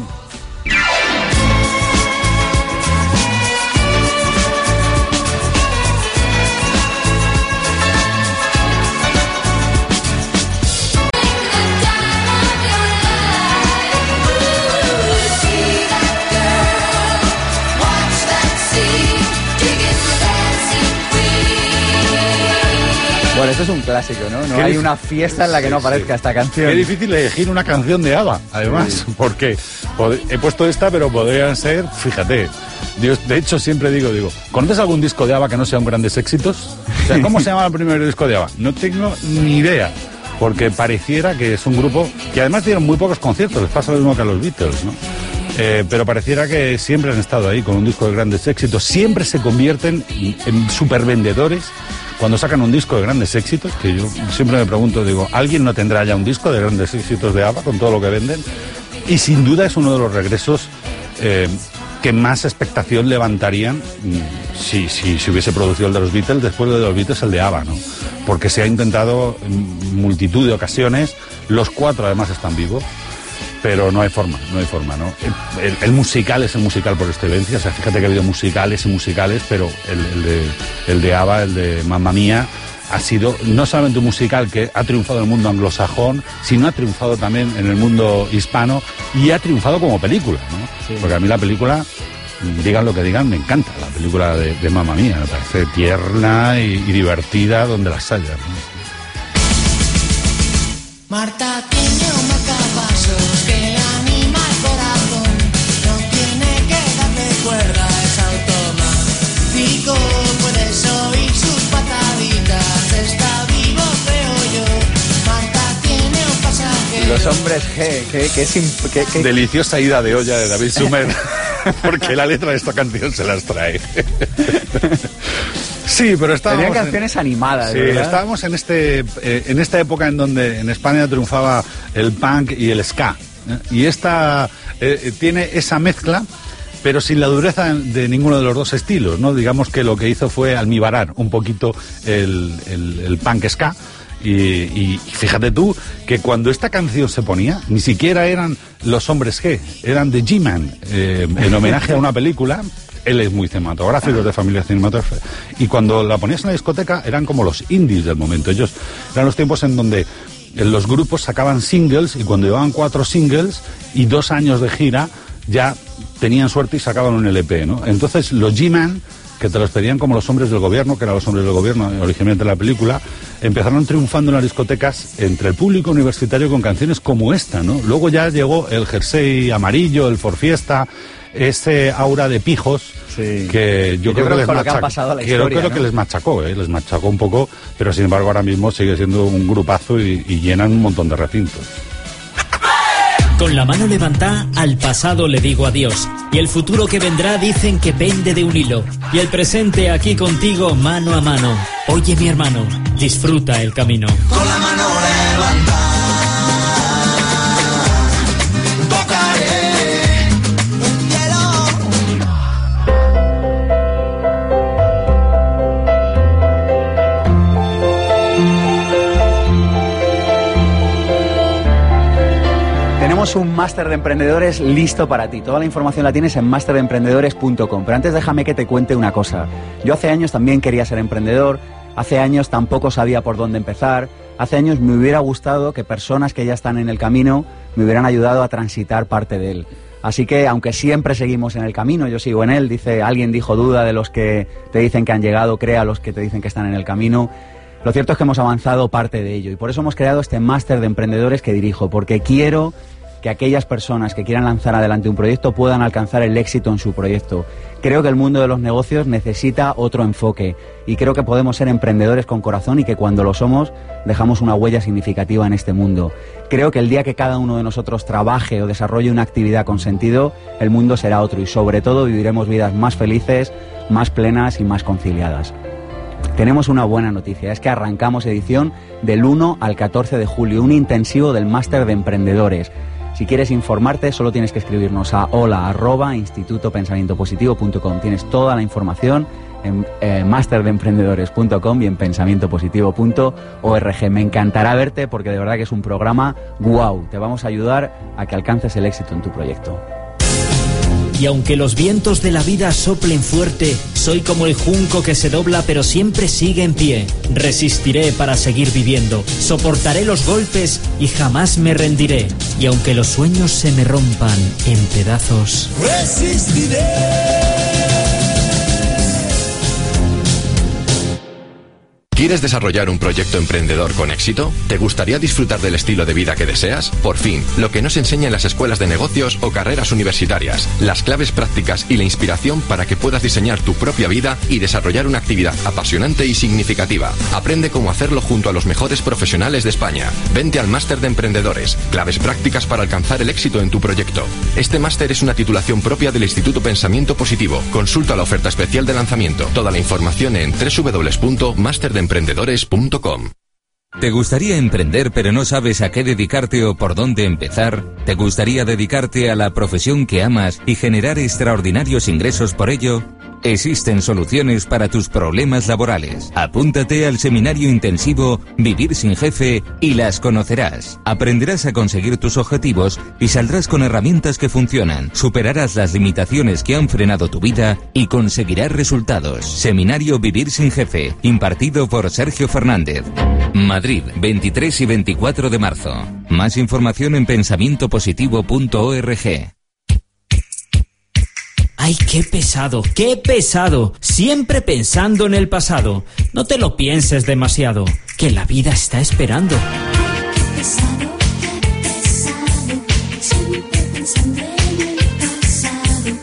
Bueno, esto es un clásico, ¿no? No hay una fiesta en la que no aparezca sí. esta canción. Qué difícil elegir una canción de ABBA, además, sí. porque he puesto esta, pero podrían ser, fíjate, Dios, de hecho siempre digo, digo, ¿conoces algún disco de ABBA que no sean grandes éxitos? O sea, ¿cómo se llama el primer disco de ABBA? No tengo ni idea, porque pareciera que es un grupo que además dieron muy pocos conciertos, les pasa lo mismo que a los Beatles, ¿no? Eh, pero pareciera que siempre han estado ahí con un disco de grandes éxitos, siempre se convierten en, en supervendedores cuando sacan un disco de grandes éxitos, que yo siempre me pregunto, digo, ¿alguien no tendrá ya un disco de grandes éxitos de ABBA con todo lo que venden? Y sin duda es uno de los regresos eh, que más expectación levantarían si, si, si hubiese producido el de los Beatles, después de los Beatles el de ABBA, ¿no? Porque se ha intentado en multitud de ocasiones, los cuatro además están vivos, pero no hay forma, no hay forma, ¿no? El, el, el musical es el musical por excelencia, o sea, fíjate que ha habido musicales y musicales, pero el, el, de, el de ABBA, el de Mamma Mía, ha sido no solamente un musical que ha triunfado en el mundo anglosajón, sino ha triunfado también en el mundo hispano y ha triunfado como película, ¿no? Sí. Porque a mí la película, digan lo que digan, me encanta la película de, de Mamma Mía, me parece tierna y, y divertida donde las haya, ¿no? Marta tiene un marcapasos que le anima el corazón, no tiene que darle cuerda, es automático, puedes oír sus pataditas, está vivo creo yo. Marta tiene un pasajero. Los hombres G, que, que es imp- que, que... Deliciosa ida de olla de David Sumer, porque la letra de esta canción se las trae. Sí, pero estábamos... Tenían canciones en, animadas, sí, ¿verdad? Estábamos en, este, eh, en esta época en donde en España triunfaba el punk y el ska. ¿eh? Y esta eh, tiene esa mezcla, pero sin la dureza de ninguno de los dos estilos, ¿no? Digamos que lo que hizo fue almibarar un poquito el, el, el punk ska. Y, y fíjate tú que cuando esta canción se ponía, ni siquiera eran los hombres G, eran The G-Man, eh, en homenaje a una película. Él es muy cinematográfico, es de familia cinematográfica. Y cuando la ponías en la discoteca, eran como los indies del momento. Ellos eran los tiempos en donde los grupos sacaban singles y cuando llevaban cuatro singles y dos años de gira, ya tenían suerte y sacaban un L P, ¿no? Entonces los G-Man, que te los pedían como los hombres del gobierno, que eran los hombres del gobierno originalmente de la película, empezaron triunfando en las discotecas entre el público universitario con canciones como esta, ¿no? Luego ya llegó el jersey amarillo, el For Fiesta, ese aura de pijos, sí, que yo, yo creo, creo que, les machac- que, pasado a la historia, creo, creo ¿no? que les machacó, ¿eh? les machacó un poco, pero sin embargo ahora mismo sigue siendo un grupazo y, y llenan un montón de recintos. Con la mano levantada, al pasado le digo adiós. Y el futuro que vendrá dicen que pende de un hilo. Y el presente aquí contigo, mano a mano. Oye, mi hermano, disfruta el camino. Con la mano levantada. Tenemos un máster de emprendedores listo para ti. Toda la información la tienes en máster de emprendedores punto com. Pero antes déjame que te cuente una cosa. Yo hace años también quería ser emprendedor. Hace años tampoco sabía por dónde empezar. Hace años me hubiera gustado que personas que ya están en el camino me hubieran ayudado a transitar parte de él. Así que, aunque siempre seguimos en el camino, yo sigo en él. Dice, alguien dijo, duda de los que te dicen que han llegado, crea a los que te dicen que están en el camino. Lo cierto es que hemos avanzado parte de ello y por eso hemos creado este máster de emprendedores que dirijo, porque quiero que aquellas personas que quieran lanzar adelante un proyecto puedan alcanzar el éxito en su proyecto. Creo que el mundo de los negocios necesita otro enfoque y creo que podemos ser emprendedores con corazón y que cuando lo somos dejamos una huella significativa en este mundo. Creo que el día que cada uno de nosotros trabaje o desarrolle una actividad con sentido, el mundo será otro y sobre todo viviremos vidas más felices, más plenas y más conciliadas. Tenemos una buena noticia, es que arrancamos edición del uno al catorce de julio, un intensivo del Máster de Emprendedores. Si quieres informarte, solo tienes que escribirnos a hola arroba instituto pensamiento positivo punto com. Tienes toda la información en eh, master de emprendedores punto com y en pensamiento positivo punto org. Me encantará verte porque de verdad que es un programa guau. Te vamos a ayudar a que alcances el éxito en tu proyecto. Y aunque los vientos de la vida soplen fuerte, soy como el junco que se dobla pero siempre sigue en pie. Resistiré para seguir viviendo, soportaré los golpes y jamás me rendiré. Y aunque los sueños se me rompan en pedazos, resistiré. ¿Quieres desarrollar un proyecto emprendedor con éxito? ¿Te gustaría disfrutar del estilo de vida que deseas? Por fin, lo que nos enseña en las escuelas de negocios o carreras universitarias. Las claves prácticas y la inspiración para que puedas diseñar tu propia vida y desarrollar una actividad apasionante y significativa. Aprende cómo hacerlo junto a los mejores profesionales de España. Vente al Máster de Emprendedores. Claves prácticas para alcanzar el éxito en tu proyecto. Este máster es una titulación propia del Instituto Pensamiento Positivo. Consulta la oferta especial de lanzamiento. Toda la información en doble u doble u doble u punto master de emprendedores punto com. ¿Te gustaría emprender pero no sabes a qué dedicarte o por dónde empezar? ¿Te gustaría dedicarte a la profesión que amas y generar extraordinarios ingresos por ello? Existen soluciones para tus problemas laborales. Apúntate al seminario intensivo Vivir sin Jefe y las conocerás. Aprenderás a conseguir tus objetivos y saldrás con herramientas que funcionan. Superarás las limitaciones que han frenado tu vida y conseguirás resultados. Seminario Vivir sin Jefe, impartido por Sergio Fernández. Madrid, veintitrés y veinticuatro de marzo. Más información en pensamiento positivo punto org. ¡Ay, qué pesado, qué pesado! Siempre pensando en el pasado. No te lo pienses demasiado, que la vida está esperando. Qué pesado, qué pesado, siempre pensando en el pasado.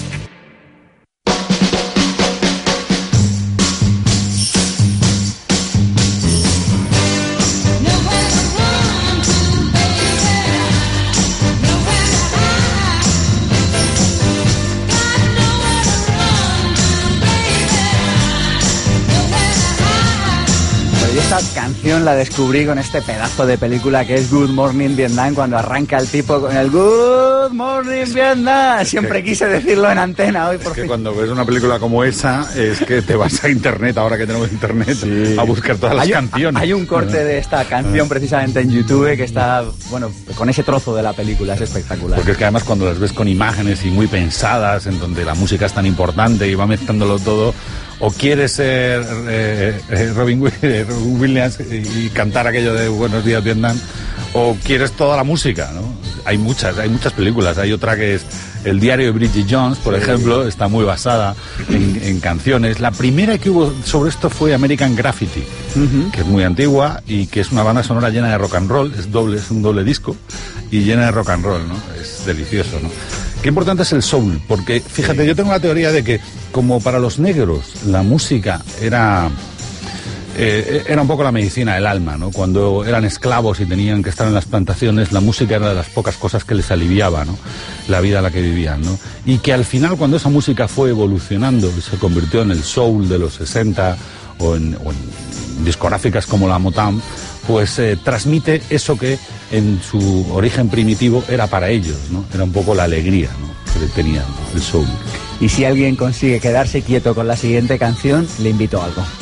Esta canción la descubrí con este pedazo de película que es Good Morning Vietnam, cuando arranca el tipo con el Good Morning Vietnam. Siempre quise decirlo en antena hoy, por es que fin. Cuando ves una película como esa, es que te vas a internet, ahora que tenemos internet, sí, a buscar todas las hay, canciones. Hay un corte de esta canción precisamente en YouTube que está, bueno, con ese trozo de la película, es espectacular. Porque es que además cuando las ves con imágenes y muy pensadas, en donde la música es tan importante y va mezclándolo todo, o quieres ser eh, eh, Robin Williams y cantar aquello de Buenos días Vietnam, o quieres toda la música, ¿no? Hay muchas, hay muchas películas. Hay otra que es El diario de Bridget Jones, por sí. ejemplo, está muy basada en, en canciones. La primera que hubo sobre esto fue American Graffiti, uh-huh. que es muy antigua y que es una banda sonora llena de rock and roll, es doble, es un doble disco y llena de rock and roll, ¿no? Es delicioso, ¿no? Qué importante es el soul, porque fíjate, sí. yo tengo la teoría de que como para los negros la música era eh, era un poco la medicina del alma, ¿no? Cuando eran esclavos y tenían que estar en las plantaciones, la música era de las pocas cosas que les aliviaba, ¿no? La vida a la que vivían, ¿no? Y que al final, cuando esa música fue evolucionando y se convirtió en el soul de los sesenta o en, o en discográficas como la Motown, pues eh, transmite eso que en su origen primitivo era para ellos, ¿no? Era un poco la alegría, ¿no? Que tenían, ¿no? El soul. Y si alguien consigue quedarse quieto con la siguiente canción, le invito a algo.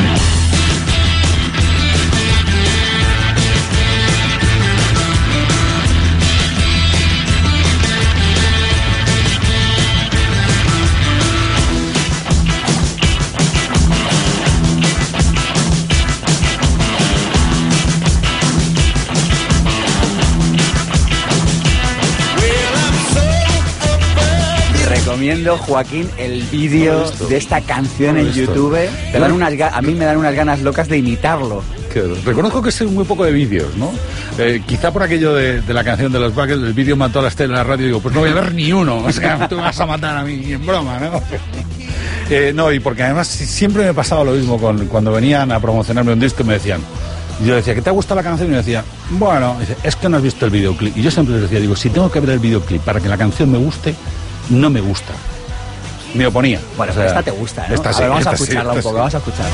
Recomiendo, Joaquín, el vídeo de esta canción en YouTube. Te dan unas, a mí me dan unas ganas locas de imitarlo, Que reconozco que sé muy poco de vídeos, ¿no? Eh, quizá por aquello de, de la canción de los Buggles, el vídeo mató a la estrella en la radio, digo, pues no voy a ver ni uno, o sea, tú me vas a matar a mí, en broma, ¿no? Eh, no, y porque además siempre me pasaba lo mismo con, cuando venían a promocionarme un disco y me decían, y yo decía, ¿qué te ha gustado la canción? Y me decía, bueno, dice, es que no has visto el videoclip. Y yo siempre les decía, digo, si tengo que ver el videoclip para que la canción me guste, no me gusta. Me oponía. Bueno, o sea, esta te gusta, ¿no? Esta a sí, ver, vamos esta a escucharla sí, un poco, sí. vamos a escucharla.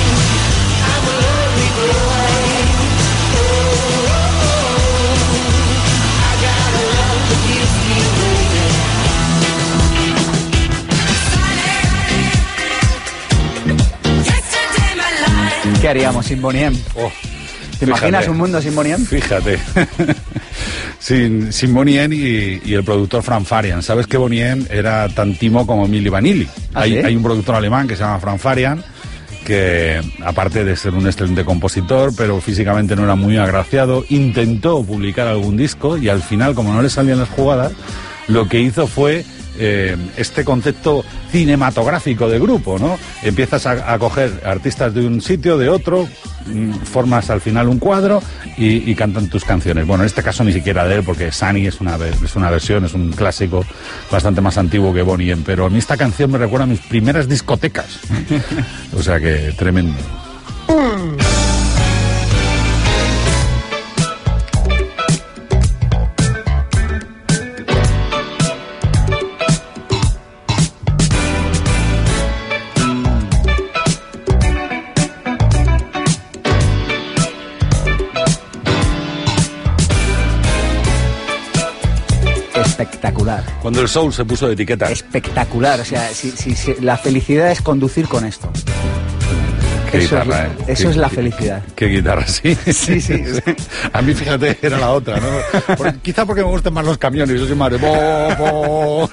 ¿Qué haríamos sin Bonnie M? Oh, ¿Te imaginas fíjate, un mundo sin Bonnie M? Fíjate. sin, sin Bonnie M y, y el productor Frank Farian. ¿Sabes que Bonnie M era tan timo como Milli Vanilli? ¿Ah, hay, sí? hay un productor alemán que se llama Frank Farian, que aparte de ser un excelente compositor, pero físicamente no era muy agraciado, intentó publicar algún disco y al final, como no le salían las jugadas, lo que hizo fue eh, este concepto cinematográfico de grupo, ¿no? Empiezas a, a coger artistas de un sitio, de otro, mmm, formas al final un cuadro y, y cantan tus canciones. Bueno, en este caso ni siquiera de él, porque Sunny es una, es una versión, es un clásico bastante más antiguo que Bonnie M, pero a mí esta canción me recuerda a mis primeras discotecas. O sea que tremendo. Espectacular. Cuando el soul se puso de etiqueta. Espectacular, o sea, si, si, si la felicidad es conducir con esto. Qué eso guitarra, es, ¿eh? Eso qué, es la qué, felicidad. Qué guitarra, sí. Sí, sí. A mí, fíjate, era la otra, ¿no? Por, quizá porque me gusten más los camiones, yo soy más de bo, bo.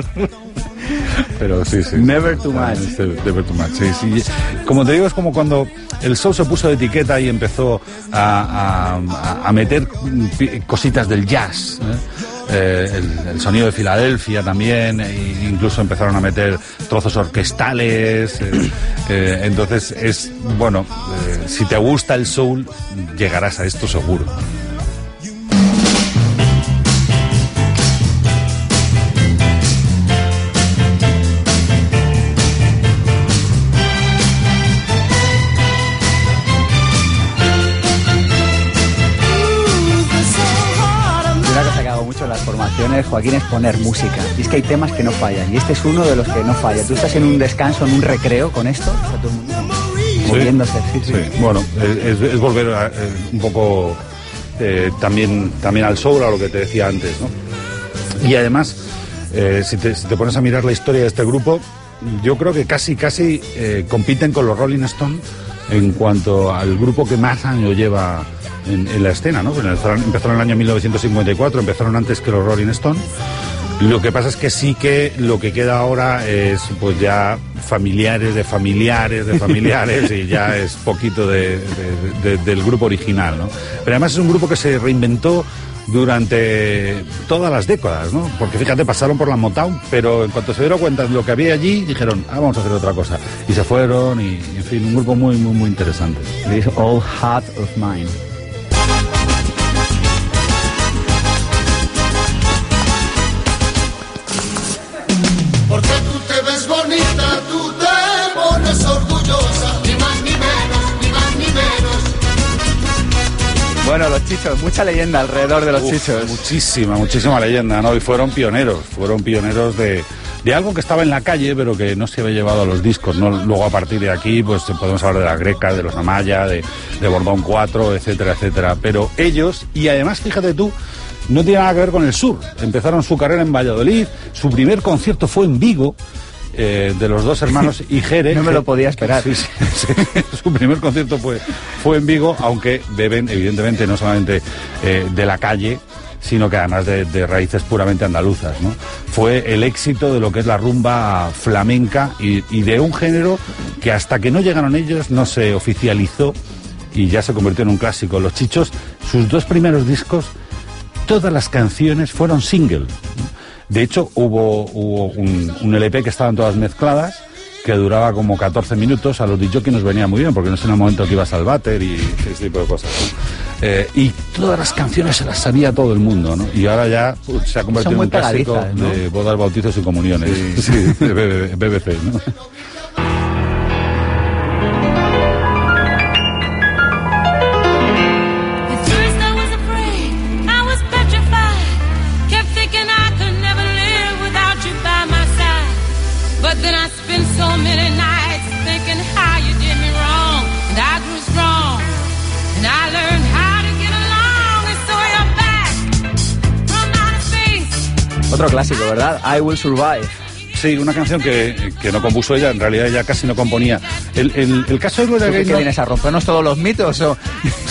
Pero sí, sí. Never too much. Never too much, sí, sí. Como te digo, es como cuando el soul se puso de etiqueta y empezó a, a, a meter cositas del jazz, ¿eh? Eh, el, el sonido de Filadelfia también, e incluso empezaron a meter trozos orquestales, eh, eh, entonces es, bueno, eh, si te gusta el soul, llegarás a esto seguro. Joaquín, es poner música. Y es que hay temas que no fallan. Y este es uno de los que no falla. Tú estás en un descanso, en un recreo con esto, o sea, tú, moviéndose. Sí, sí. Sí. Bueno, es, es volver a, eh, un poco eh, también, también al soul, a lo que te decía antes, ¿no? Y además, eh, si, te, si te pones a mirar la historia de este grupo, yo creo que casi, casi eh, compiten con los Rolling Stones en cuanto al grupo que más años lleva en, en la escena, ¿no? Pues empezaron, empezaron en el año mil novecientos cincuenta y cuatro, empezaron antes que los Rolling Stones. Lo que pasa es que sí que lo que queda ahora es pues ya familiares de familiares de familiares y ya es poquito de, de, de, del grupo original, ¿no? Pero además es un grupo que se reinventó durante todas las décadas, ¿no? Porque fíjate, pasaron por la Motown, pero en cuanto se dieron cuenta de lo que había allí, dijeron, ah, vamos a hacer otra cosa. Y se fueron y, en fin, un grupo muy, muy, muy interesante. This Old Heart of Mine. Porque tú te ves bonita, tú te pones orgullosa, ni más ni menos, ni más ni menos. Bueno, los Chichos, mucha leyenda alrededor de los Uf, Chichos. Muchísima, muchísima leyenda, ¿no? Y fueron pioneros, fueron pioneros de, de algo que estaba en la calle, pero que no se había llevado a los discos, ¿no? Luego a partir de aquí, pues podemos hablar de la Greca, de los Amaya, de, de Bordón cuatro, etcétera, etcétera. Pero ellos, y además, fíjate tú, no tiene nada que ver con el sur. Empezaron su carrera en Valladolid, su primer concierto fue en Vigo, eh, de los dos hermanos Ijere. No me lo podía esperar. Sí, sí, sí. Su primer concierto fue, fue en Vigo, aunque beben, evidentemente, no solamente eh, de la calle, sino que además de, de raíces puramente andaluzas, ¿no? Fue el éxito de lo que es la rumba flamenca y, y de un género que hasta que no llegaron ellos no se oficializó y ya se convirtió en un clásico. Los Chichos, sus dos primeros discos, todas las canciones fueron single. De hecho, hubo, hubo un, un L P que estaban todas mezcladas que duraba como catorce minutos, a los discjockeys nos venía muy bien, porque no es en el momento que ibas al váter y ese tipo de cosas, ¿no? Eh, y todas las canciones se las sabía todo el mundo, ¿no? Y ahora ya pues, se ha convertido en un clásico, ¿no?, de bodas, bautizos y comuniones. Sí, sí, de B B C, ¿no? Otro clásico, ¿verdad? I Will Survive. Sí, una canción que, que no compuso ella, en realidad ella casi no componía. El, el, el caso de Gloria Gaynor... ¿Qué vienes a rompernos todos los mitos o...?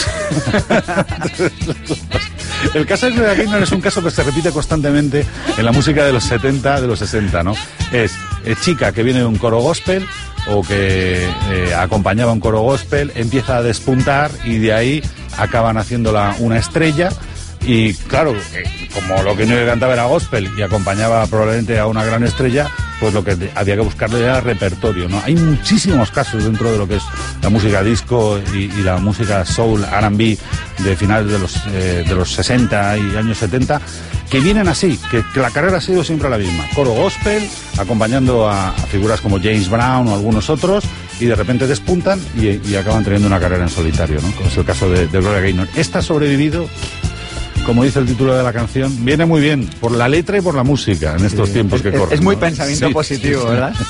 El caso de Gloria Gaynor es un caso que se repite constantemente en la música de los setenta, de los sesenta, ¿no? Es, es chica que viene de un coro gospel o que eh, acompañaba un coro gospel, empieza a despuntar y de ahí acaban haciéndola una estrella. Y claro, como lo que no cantaba era gospel y acompañaba probablemente a una gran estrella, pues lo que había que buscarle era repertorio, ¿no? Hay muchísimos casos dentro de lo que es la música disco y, y la música soul, R and B de finales de los, eh, de los sesenta y años setenta, que vienen así, que, que la carrera ha sido siempre la misma. Coro gospel, acompañando a, a figuras como James Brown o algunos otros, y de repente despuntan y, y acaban teniendo una carrera en solitario, ¿no? Como es el caso de, de Gloria Gaynor. Esta ha sobrevivido, como dice el título de la canción, viene muy bien por la letra y por la música en estos sí, tiempos que es, corren. Es muy ¿no? pensamiento sí, positivo, sí, sí. ¿verdad?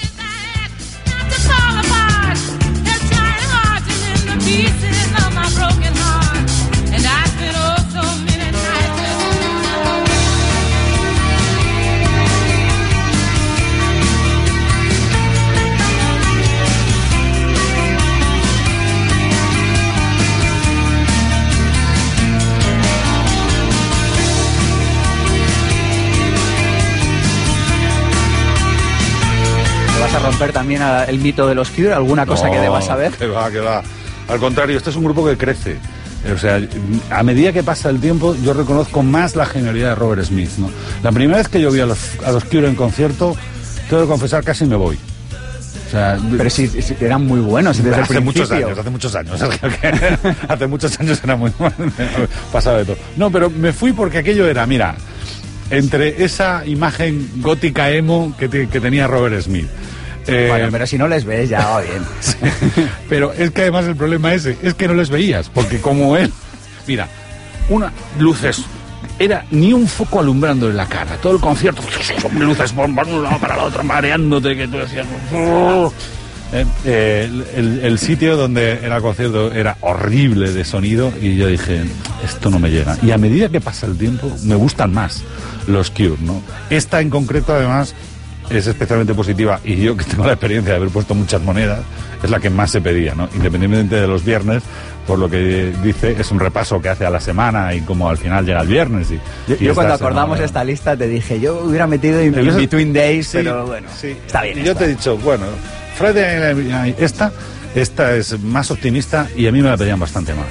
A romper también a el mito de los Cure, alguna cosa no, que debas saber. Que va, que va. Al contrario, este es un grupo que crece. O sea, a medida que pasa el tiempo, yo reconozco más la genialidad de Robert Smith, ¿no? La primera vez que yo vi a los, a los Cure en concierto, tengo que confesar, casi me voy. O sea, pero si, si eran muy buenos desde hace el muchos años, hace muchos años, hace muchos años era muy pasado de todo. No, pero me fui porque aquello era, mira, entre esa imagen gótica emo que, te, que tenía Robert Smith. Eh, bueno, pero si no les ves ya va bien. Sí, pero es que además el problema ese es que no les veías, porque como él, mira, una luces, era ni un foco alumbrando en la cara, todo el concierto, luces por un lado para el otro, mareándote, que tú decías... Eh, eh, el, el, el sitio donde era el concierto era horrible de sonido y yo dije, esto no me llega. Y a medida que pasa el tiempo, me gustan más los Cure, ¿no? Esta en concreto, además, es especialmente positiva y yo, que tengo la experiencia de haber puesto muchas monedas, es la que más se pedía, ¿no? Independientemente de los viernes, por lo que dice, es un repaso que hace a la semana y como al final llega el viernes. Y, yo y yo cuando acordamos semana, esta lista te dije, yo hubiera metido in, in Between Days, sí, pero bueno, sí. Está bien. Y yo está. te he dicho, bueno, Friday Night, esta, esta es más optimista y a mí me la pedían bastante más.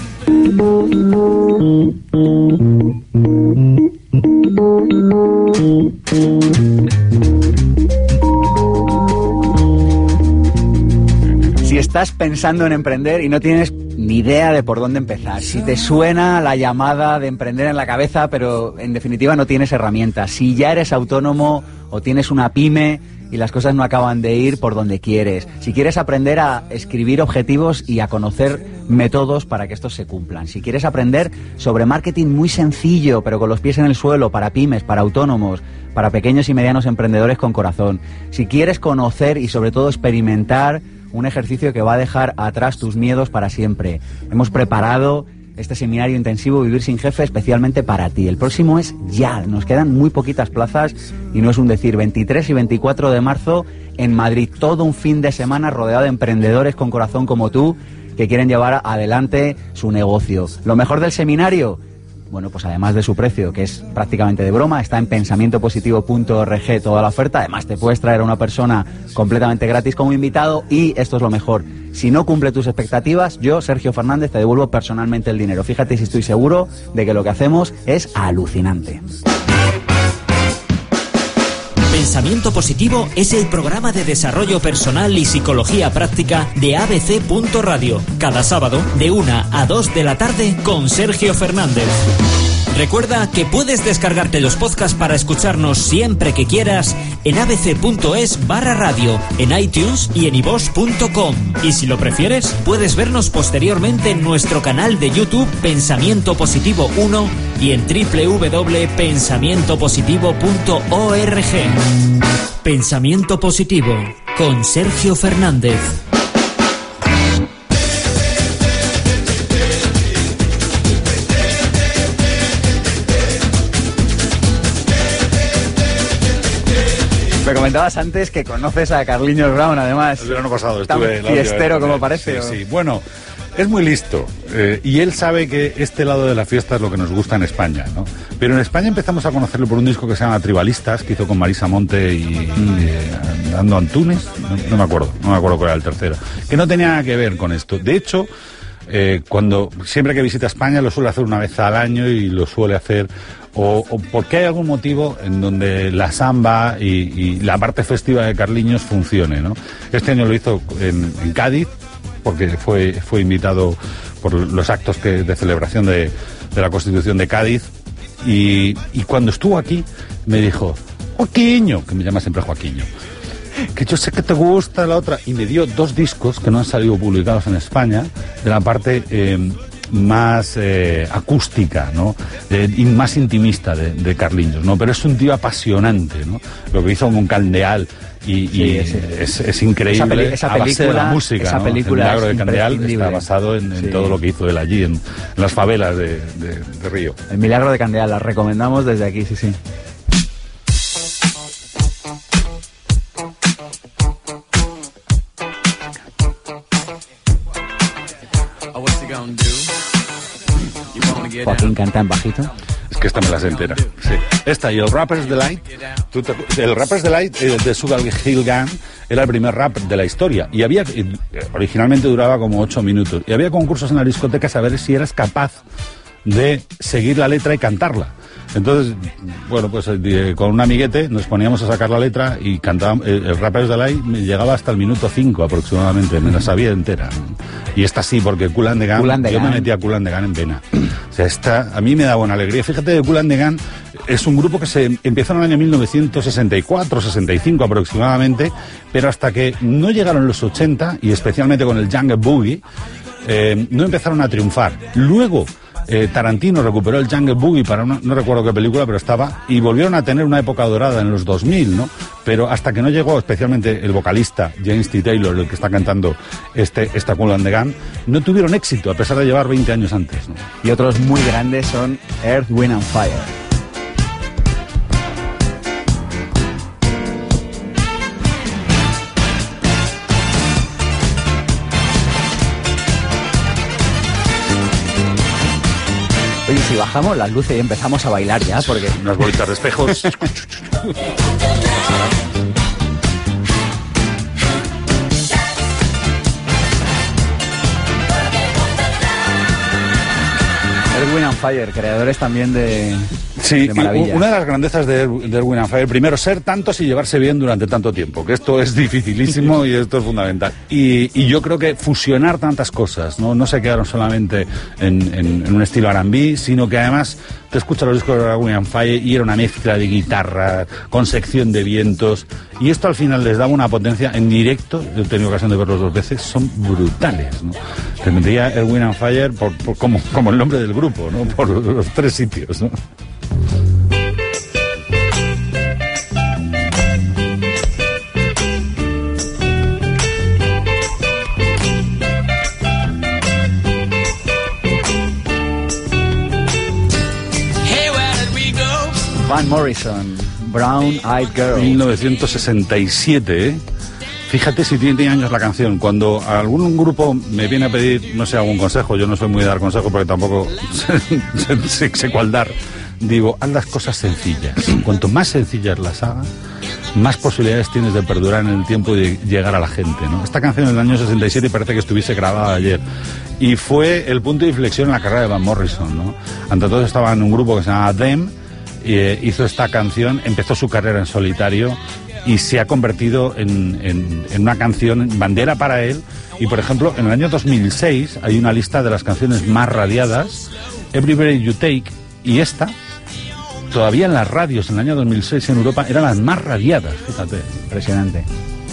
Si estás pensando en emprender y no tienes ni idea de por dónde empezar, si te suena la llamada de emprender en la cabeza, pero en definitiva no tienes herramientas, si ya eres autónomo o tienes una pyme y las cosas no acaban de ir por donde quieres, si quieres aprender a escribir objetivos y a conocer métodos para que estos se cumplan, si quieres aprender sobre marketing muy sencillo pero con los pies en el suelo para pymes, para autónomos, para pequeños y medianos emprendedores con corazón, si quieres conocer y sobre todo experimentar un ejercicio que va a dejar atrás tus miedos para siempre. Hemos preparado este seminario intensivo Vivir sin Jefe especialmente para ti. El próximo es ya, nos quedan muy poquitas plazas y no es un decir, veintitrés y veinticuatro de marzo en Madrid, todo un fin de semana rodeado de emprendedores con corazón como tú que quieren llevar adelante su negocio. Lo mejor del seminario, bueno, pues además de su precio, que es prácticamente de broma, está en pensamiento positivo punto org toda la oferta. Además te puedes traer a una persona completamente gratis como invitado y esto es lo mejor. Si no cumple tus expectativas, yo, Sergio Fernández, te devuelvo personalmente el dinero. Fíjate si estoy seguro de que lo que hacemos es alucinante. Pensamiento Positivo es el programa de desarrollo personal y psicología práctica de A B C punto radio. Cada sábado de una a dos de la tarde con Sergio Fernández. Recuerda que puedes descargarte los podcasts para escucharnos siempre que quieras en abc.es barra radio, en iTunes y en iVoox punto com. Y si lo prefieres, puedes vernos posteriormente en nuestro canal de YouTube Pensamiento Positivo uno y en doble u doble u doble u punto pensamiento positivo punto org. Pensamiento Positivo con Sergio Fernández. Me comentabas antes que conoces a Carliños Brown, además. El verano pasado estuve... Tan fiestero como parece. Sí, sí. Bueno, es muy listo. Eh, y él sabe que este lado de la fiesta es lo que nos gusta en España, ¿no? Pero en España empezamos a conocerlo por un disco que se llama Tribalistas, que hizo con Marisa Monte y, mm. y eh, Ando Antunes. No, no me acuerdo, no me acuerdo cuál era el tercero. Que no tenía nada que ver con esto. De hecho... Eh, cuando siempre que visita España lo suele hacer una vez al año y lo suele hacer o, o porque hay algún motivo en donde la samba y, y la parte festiva de Carliños funcione, ¿no? Este año lo hizo en, en Cádiz porque fue fue invitado por los actos que, de celebración de, de la Constitución de Cádiz y, y cuando estuvo aquí me dijo: Joaquiño, que me llama siempre Joaquiño, que yo sé que te gusta la otra, y me dio dos discos que no han salido publicados en España de la parte eh, más eh, acústica, ¿no? De, y más intimista de, de Carliños, ¿no? Pero es un tío apasionante, ¿no? Lo que hizo con Candeal y, sí, y ese, es, es increíble. Esa, peli, esa a base película, de la música, esa ¿no? película El Milagro de Candeal está basado en, sí. en todo lo que hizo él allí, en, en las favelas de, de, de Río. El Milagro de Candeal, la recomendamos desde aquí, sí, sí. Joaquín canta en bajito. Es que esta me la sé entera. Sí. Esta y el Rapper's Delight. ¿Tú te, el Rapper's Delight eh, de Sugar Hill Gang era el primer rap de la historia. Y había, eh, originalmente duraba como ocho minutos. Y había concursos en la discoteca a ver si eras capaz de seguir la letra y cantarla. Entonces, bueno, pues eh, con un amiguete nos poníamos a sacar la letra y cantábamos. El, el Rapper's Delight me llegaba hasta el minuto cinco aproximadamente, me la sabía entera. Y esta sí, porque Kool and the Gang, Kool and the yo Gang. me metía a Kool and the Gang en vena. O sea, esta a mí me da buena alegría. Fíjate, Kool and the Gang es un grupo que se empezó en el año mil novecientos sesenta y cuatro, sesenta y cinco aproximadamente, pero hasta que no llegaron los ochenta, y especialmente con el Jungle Boogie, eh, no empezaron a triunfar. Luego... Eh, Tarantino recuperó el Jungle Boogie para una, no recuerdo qué película, pero estaba, y volvieron a tener una época dorada en los dos mil, ¿no? Pero hasta que no llegó, especialmente el vocalista James T. Taylor, el que está cantando este, esta Kool and the Gang, no tuvieron éxito, a pesar de llevar veinte años antes, ¿no? Y otros muy grandes son Earth, Wind and Fire. Oye, si bajamos las luces y empezamos a bailar ya, porque... Unas bolitas de espejos. Earth, Wind and Fire, creadores también de... Sí, de maravilla. Una de las grandezas de Earth, Wind and Fire, primero, ser tantos y llevarse bien durante tanto tiempo, que esto es dificilísimo y esto es fundamental. Y, y yo creo que fusionar tantas cosas, no, no se quedaron solamente en, en, en un estilo R and B, sino que además te escuchas los discos de Earth, Wind and Fire y era una mezcla de guitarra con sección de vientos, y esto al final les daba una potencia en directo. Yo he tenido ocasión de verlos dos veces, son brutales, ¿no? Te metería Earth, Wind and Fire por, por, como, como el nombre del grupo, ¿no? Por los tres sitios, ¿no? Van Morrison, Brown Eyed Girl. mil novecientos sesenta y siete, ¿eh? Fíjate si tiene años la canción. Cuando algún grupo me viene a pedir, no sé, algún consejo, yo no soy muy de dar consejos porque tampoco sé, sé, sé cuál dar, digo, haz las cosas sencillas. Cuanto más sencillas las hagas, más posibilidades tienes de perdurar en el tiempo y de llegar a la gente, ¿no? Esta canción es del año sesenta y siete y parece que estuviese grabada ayer. Y fue el punto de inflexión en la carrera de Van Morrison, ¿no? Ante todo estaba en un grupo que se llamaba Them, eh, hizo esta canción, empezó su carrera en solitario y se ha convertido en, en, en una canción bandera para él. Y por ejemplo, en el año dos mil seis hay una lista de las canciones más radiadas, Every Breath You Take, y esta, todavía en las radios en el año dos mil seis en Europa, eran las más radiadas, fíjate. Impresionante.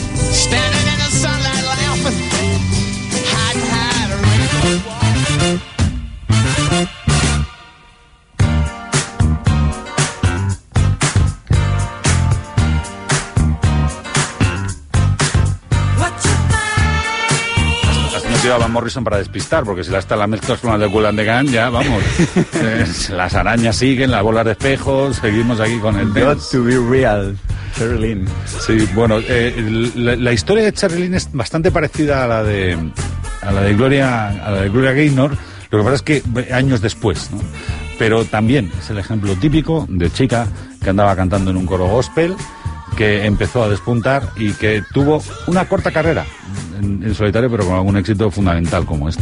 A Van Morrison para despistar, porque si la está la mezclas con la de Kool and the Gang, ya vamos. eh, las arañas siguen, las bolas de espejos, seguimos aquí con el Got to be real, Cherry Lynn. Sí, bueno, eh, la, la historia de Cherry Lynn es bastante parecida a la de a la de Gloria, a la de Gloria Gaynor. Lo que pasa es que años después, ¿no? Pero también es el ejemplo típico de chica que andaba cantando en un coro gospel, que empezó a despuntar y que tuvo una corta carrera en, en solitario, pero con algún éxito fundamental como este.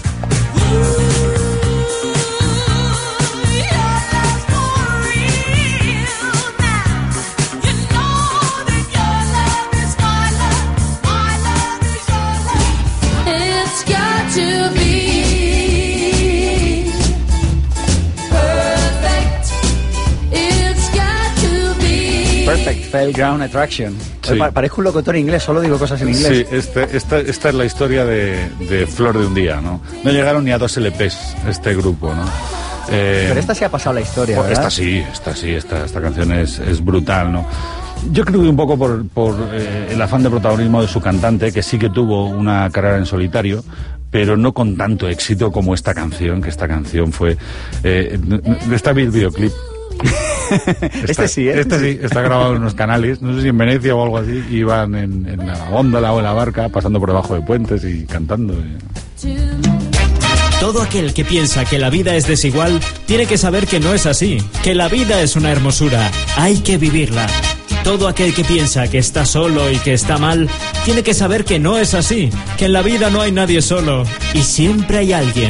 Perfect Fairground Attraction. Sí. Parezco un locutor inglés, solo digo cosas en inglés. Sí, este, esta, esta es la historia de, de Flor de un Día, ¿no? No llegaron ni a dos L Ps este grupo, ¿no? Eh, Pero esta sí ha pasado la historia, ¿verdad? Esta sí, esta sí, esta, esta canción es, es brutal, ¿no? Yo creo que un poco por, por eh, el afán de protagonismo de su cantante, que sí que tuvo una carrera en solitario, pero no con tanto éxito como esta canción, que esta canción fue... Eh, está el videoclip. Está, este sí, ¿eh? Este sí, está grabado en unos canales, no sé si en Venecia o algo así, iban en, en la góndola o en la barca, pasando por debajo de puentes y cantando. Todo aquel que piensa que la vida es desigual, tiene que saber que no es así, que la vida es una hermosura, hay que vivirla. Todo aquel que piensa que está solo y que está mal, tiene que saber que no es así, que en la vida no hay nadie solo, y siempre hay alguien.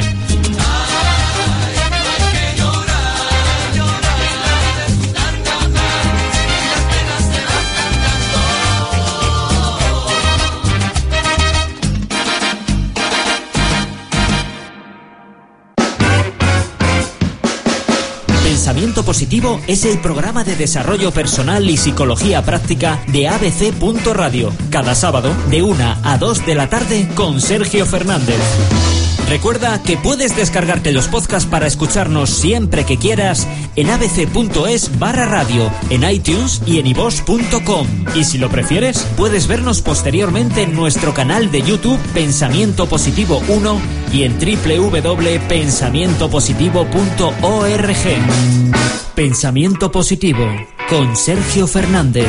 Pensamiento Positivo es el programa de desarrollo personal y psicología práctica de A B C punto Radio. Cada sábado de una a dos de la tarde con Sergio Fernández. Recuerda que puedes descargarte los podcasts para escucharnos siempre que quieras en abc.es barra radio, en iTunes y en iVoox punto com. Y si lo prefieres, puedes vernos posteriormente en nuestro canal de YouTube Pensamiento Positivo uno y en doble u doble u doble u punto pensamiento positivo punto org. Pensamiento Positivo con Sergio Fernández.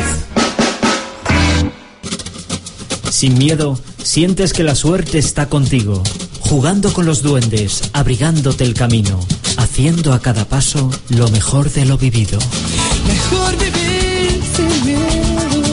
Sin miedo, sientes que la suerte está contigo, jugando con los duendes, abrigándote el camino, haciendo a cada paso lo mejor de lo vivido. Mejor vivir sin miedo.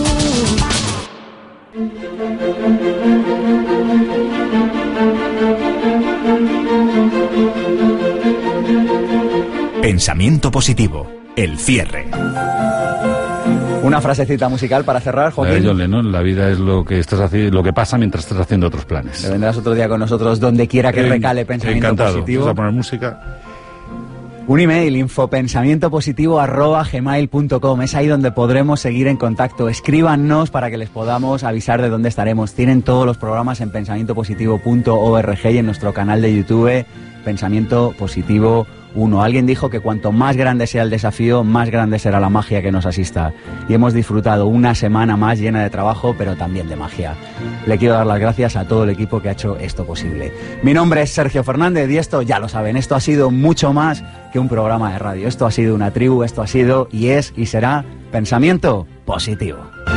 Pensamiento Positivo, el cierre. Una frasecita musical para cerrar, Joaquín. La de John Lennon, la vida es lo que estás haciendo, lo que pasa mientras estás haciendo otros planes. Te vendrás otro día con nosotros donde quiera que Eh, recale Pensamiento encantado. Positivo. Vamos a poner música. Un email, infopensamientopositivo arroba gmail punto com. Es ahí donde podremos seguir en contacto. Escríbanos para que les podamos avisar de dónde estaremos. Tienen todos los programas en pensamiento positivo punto org y en nuestro canal de YouTube Pensamiento Positivo uno. Alguien dijo que cuanto más grande sea el desafío, más grande será la magia que nos asista. Y hemos disfrutado una semana más llena de trabajo, pero también de magia. Le quiero dar las gracias a todo el equipo que ha hecho esto posible. Mi nombre es Sergio Fernández y esto, ya lo saben, esto ha sido mucho más que un programa de radio. Esto ha sido una tribu, esto ha sido y es y será Pensamiento Positivo.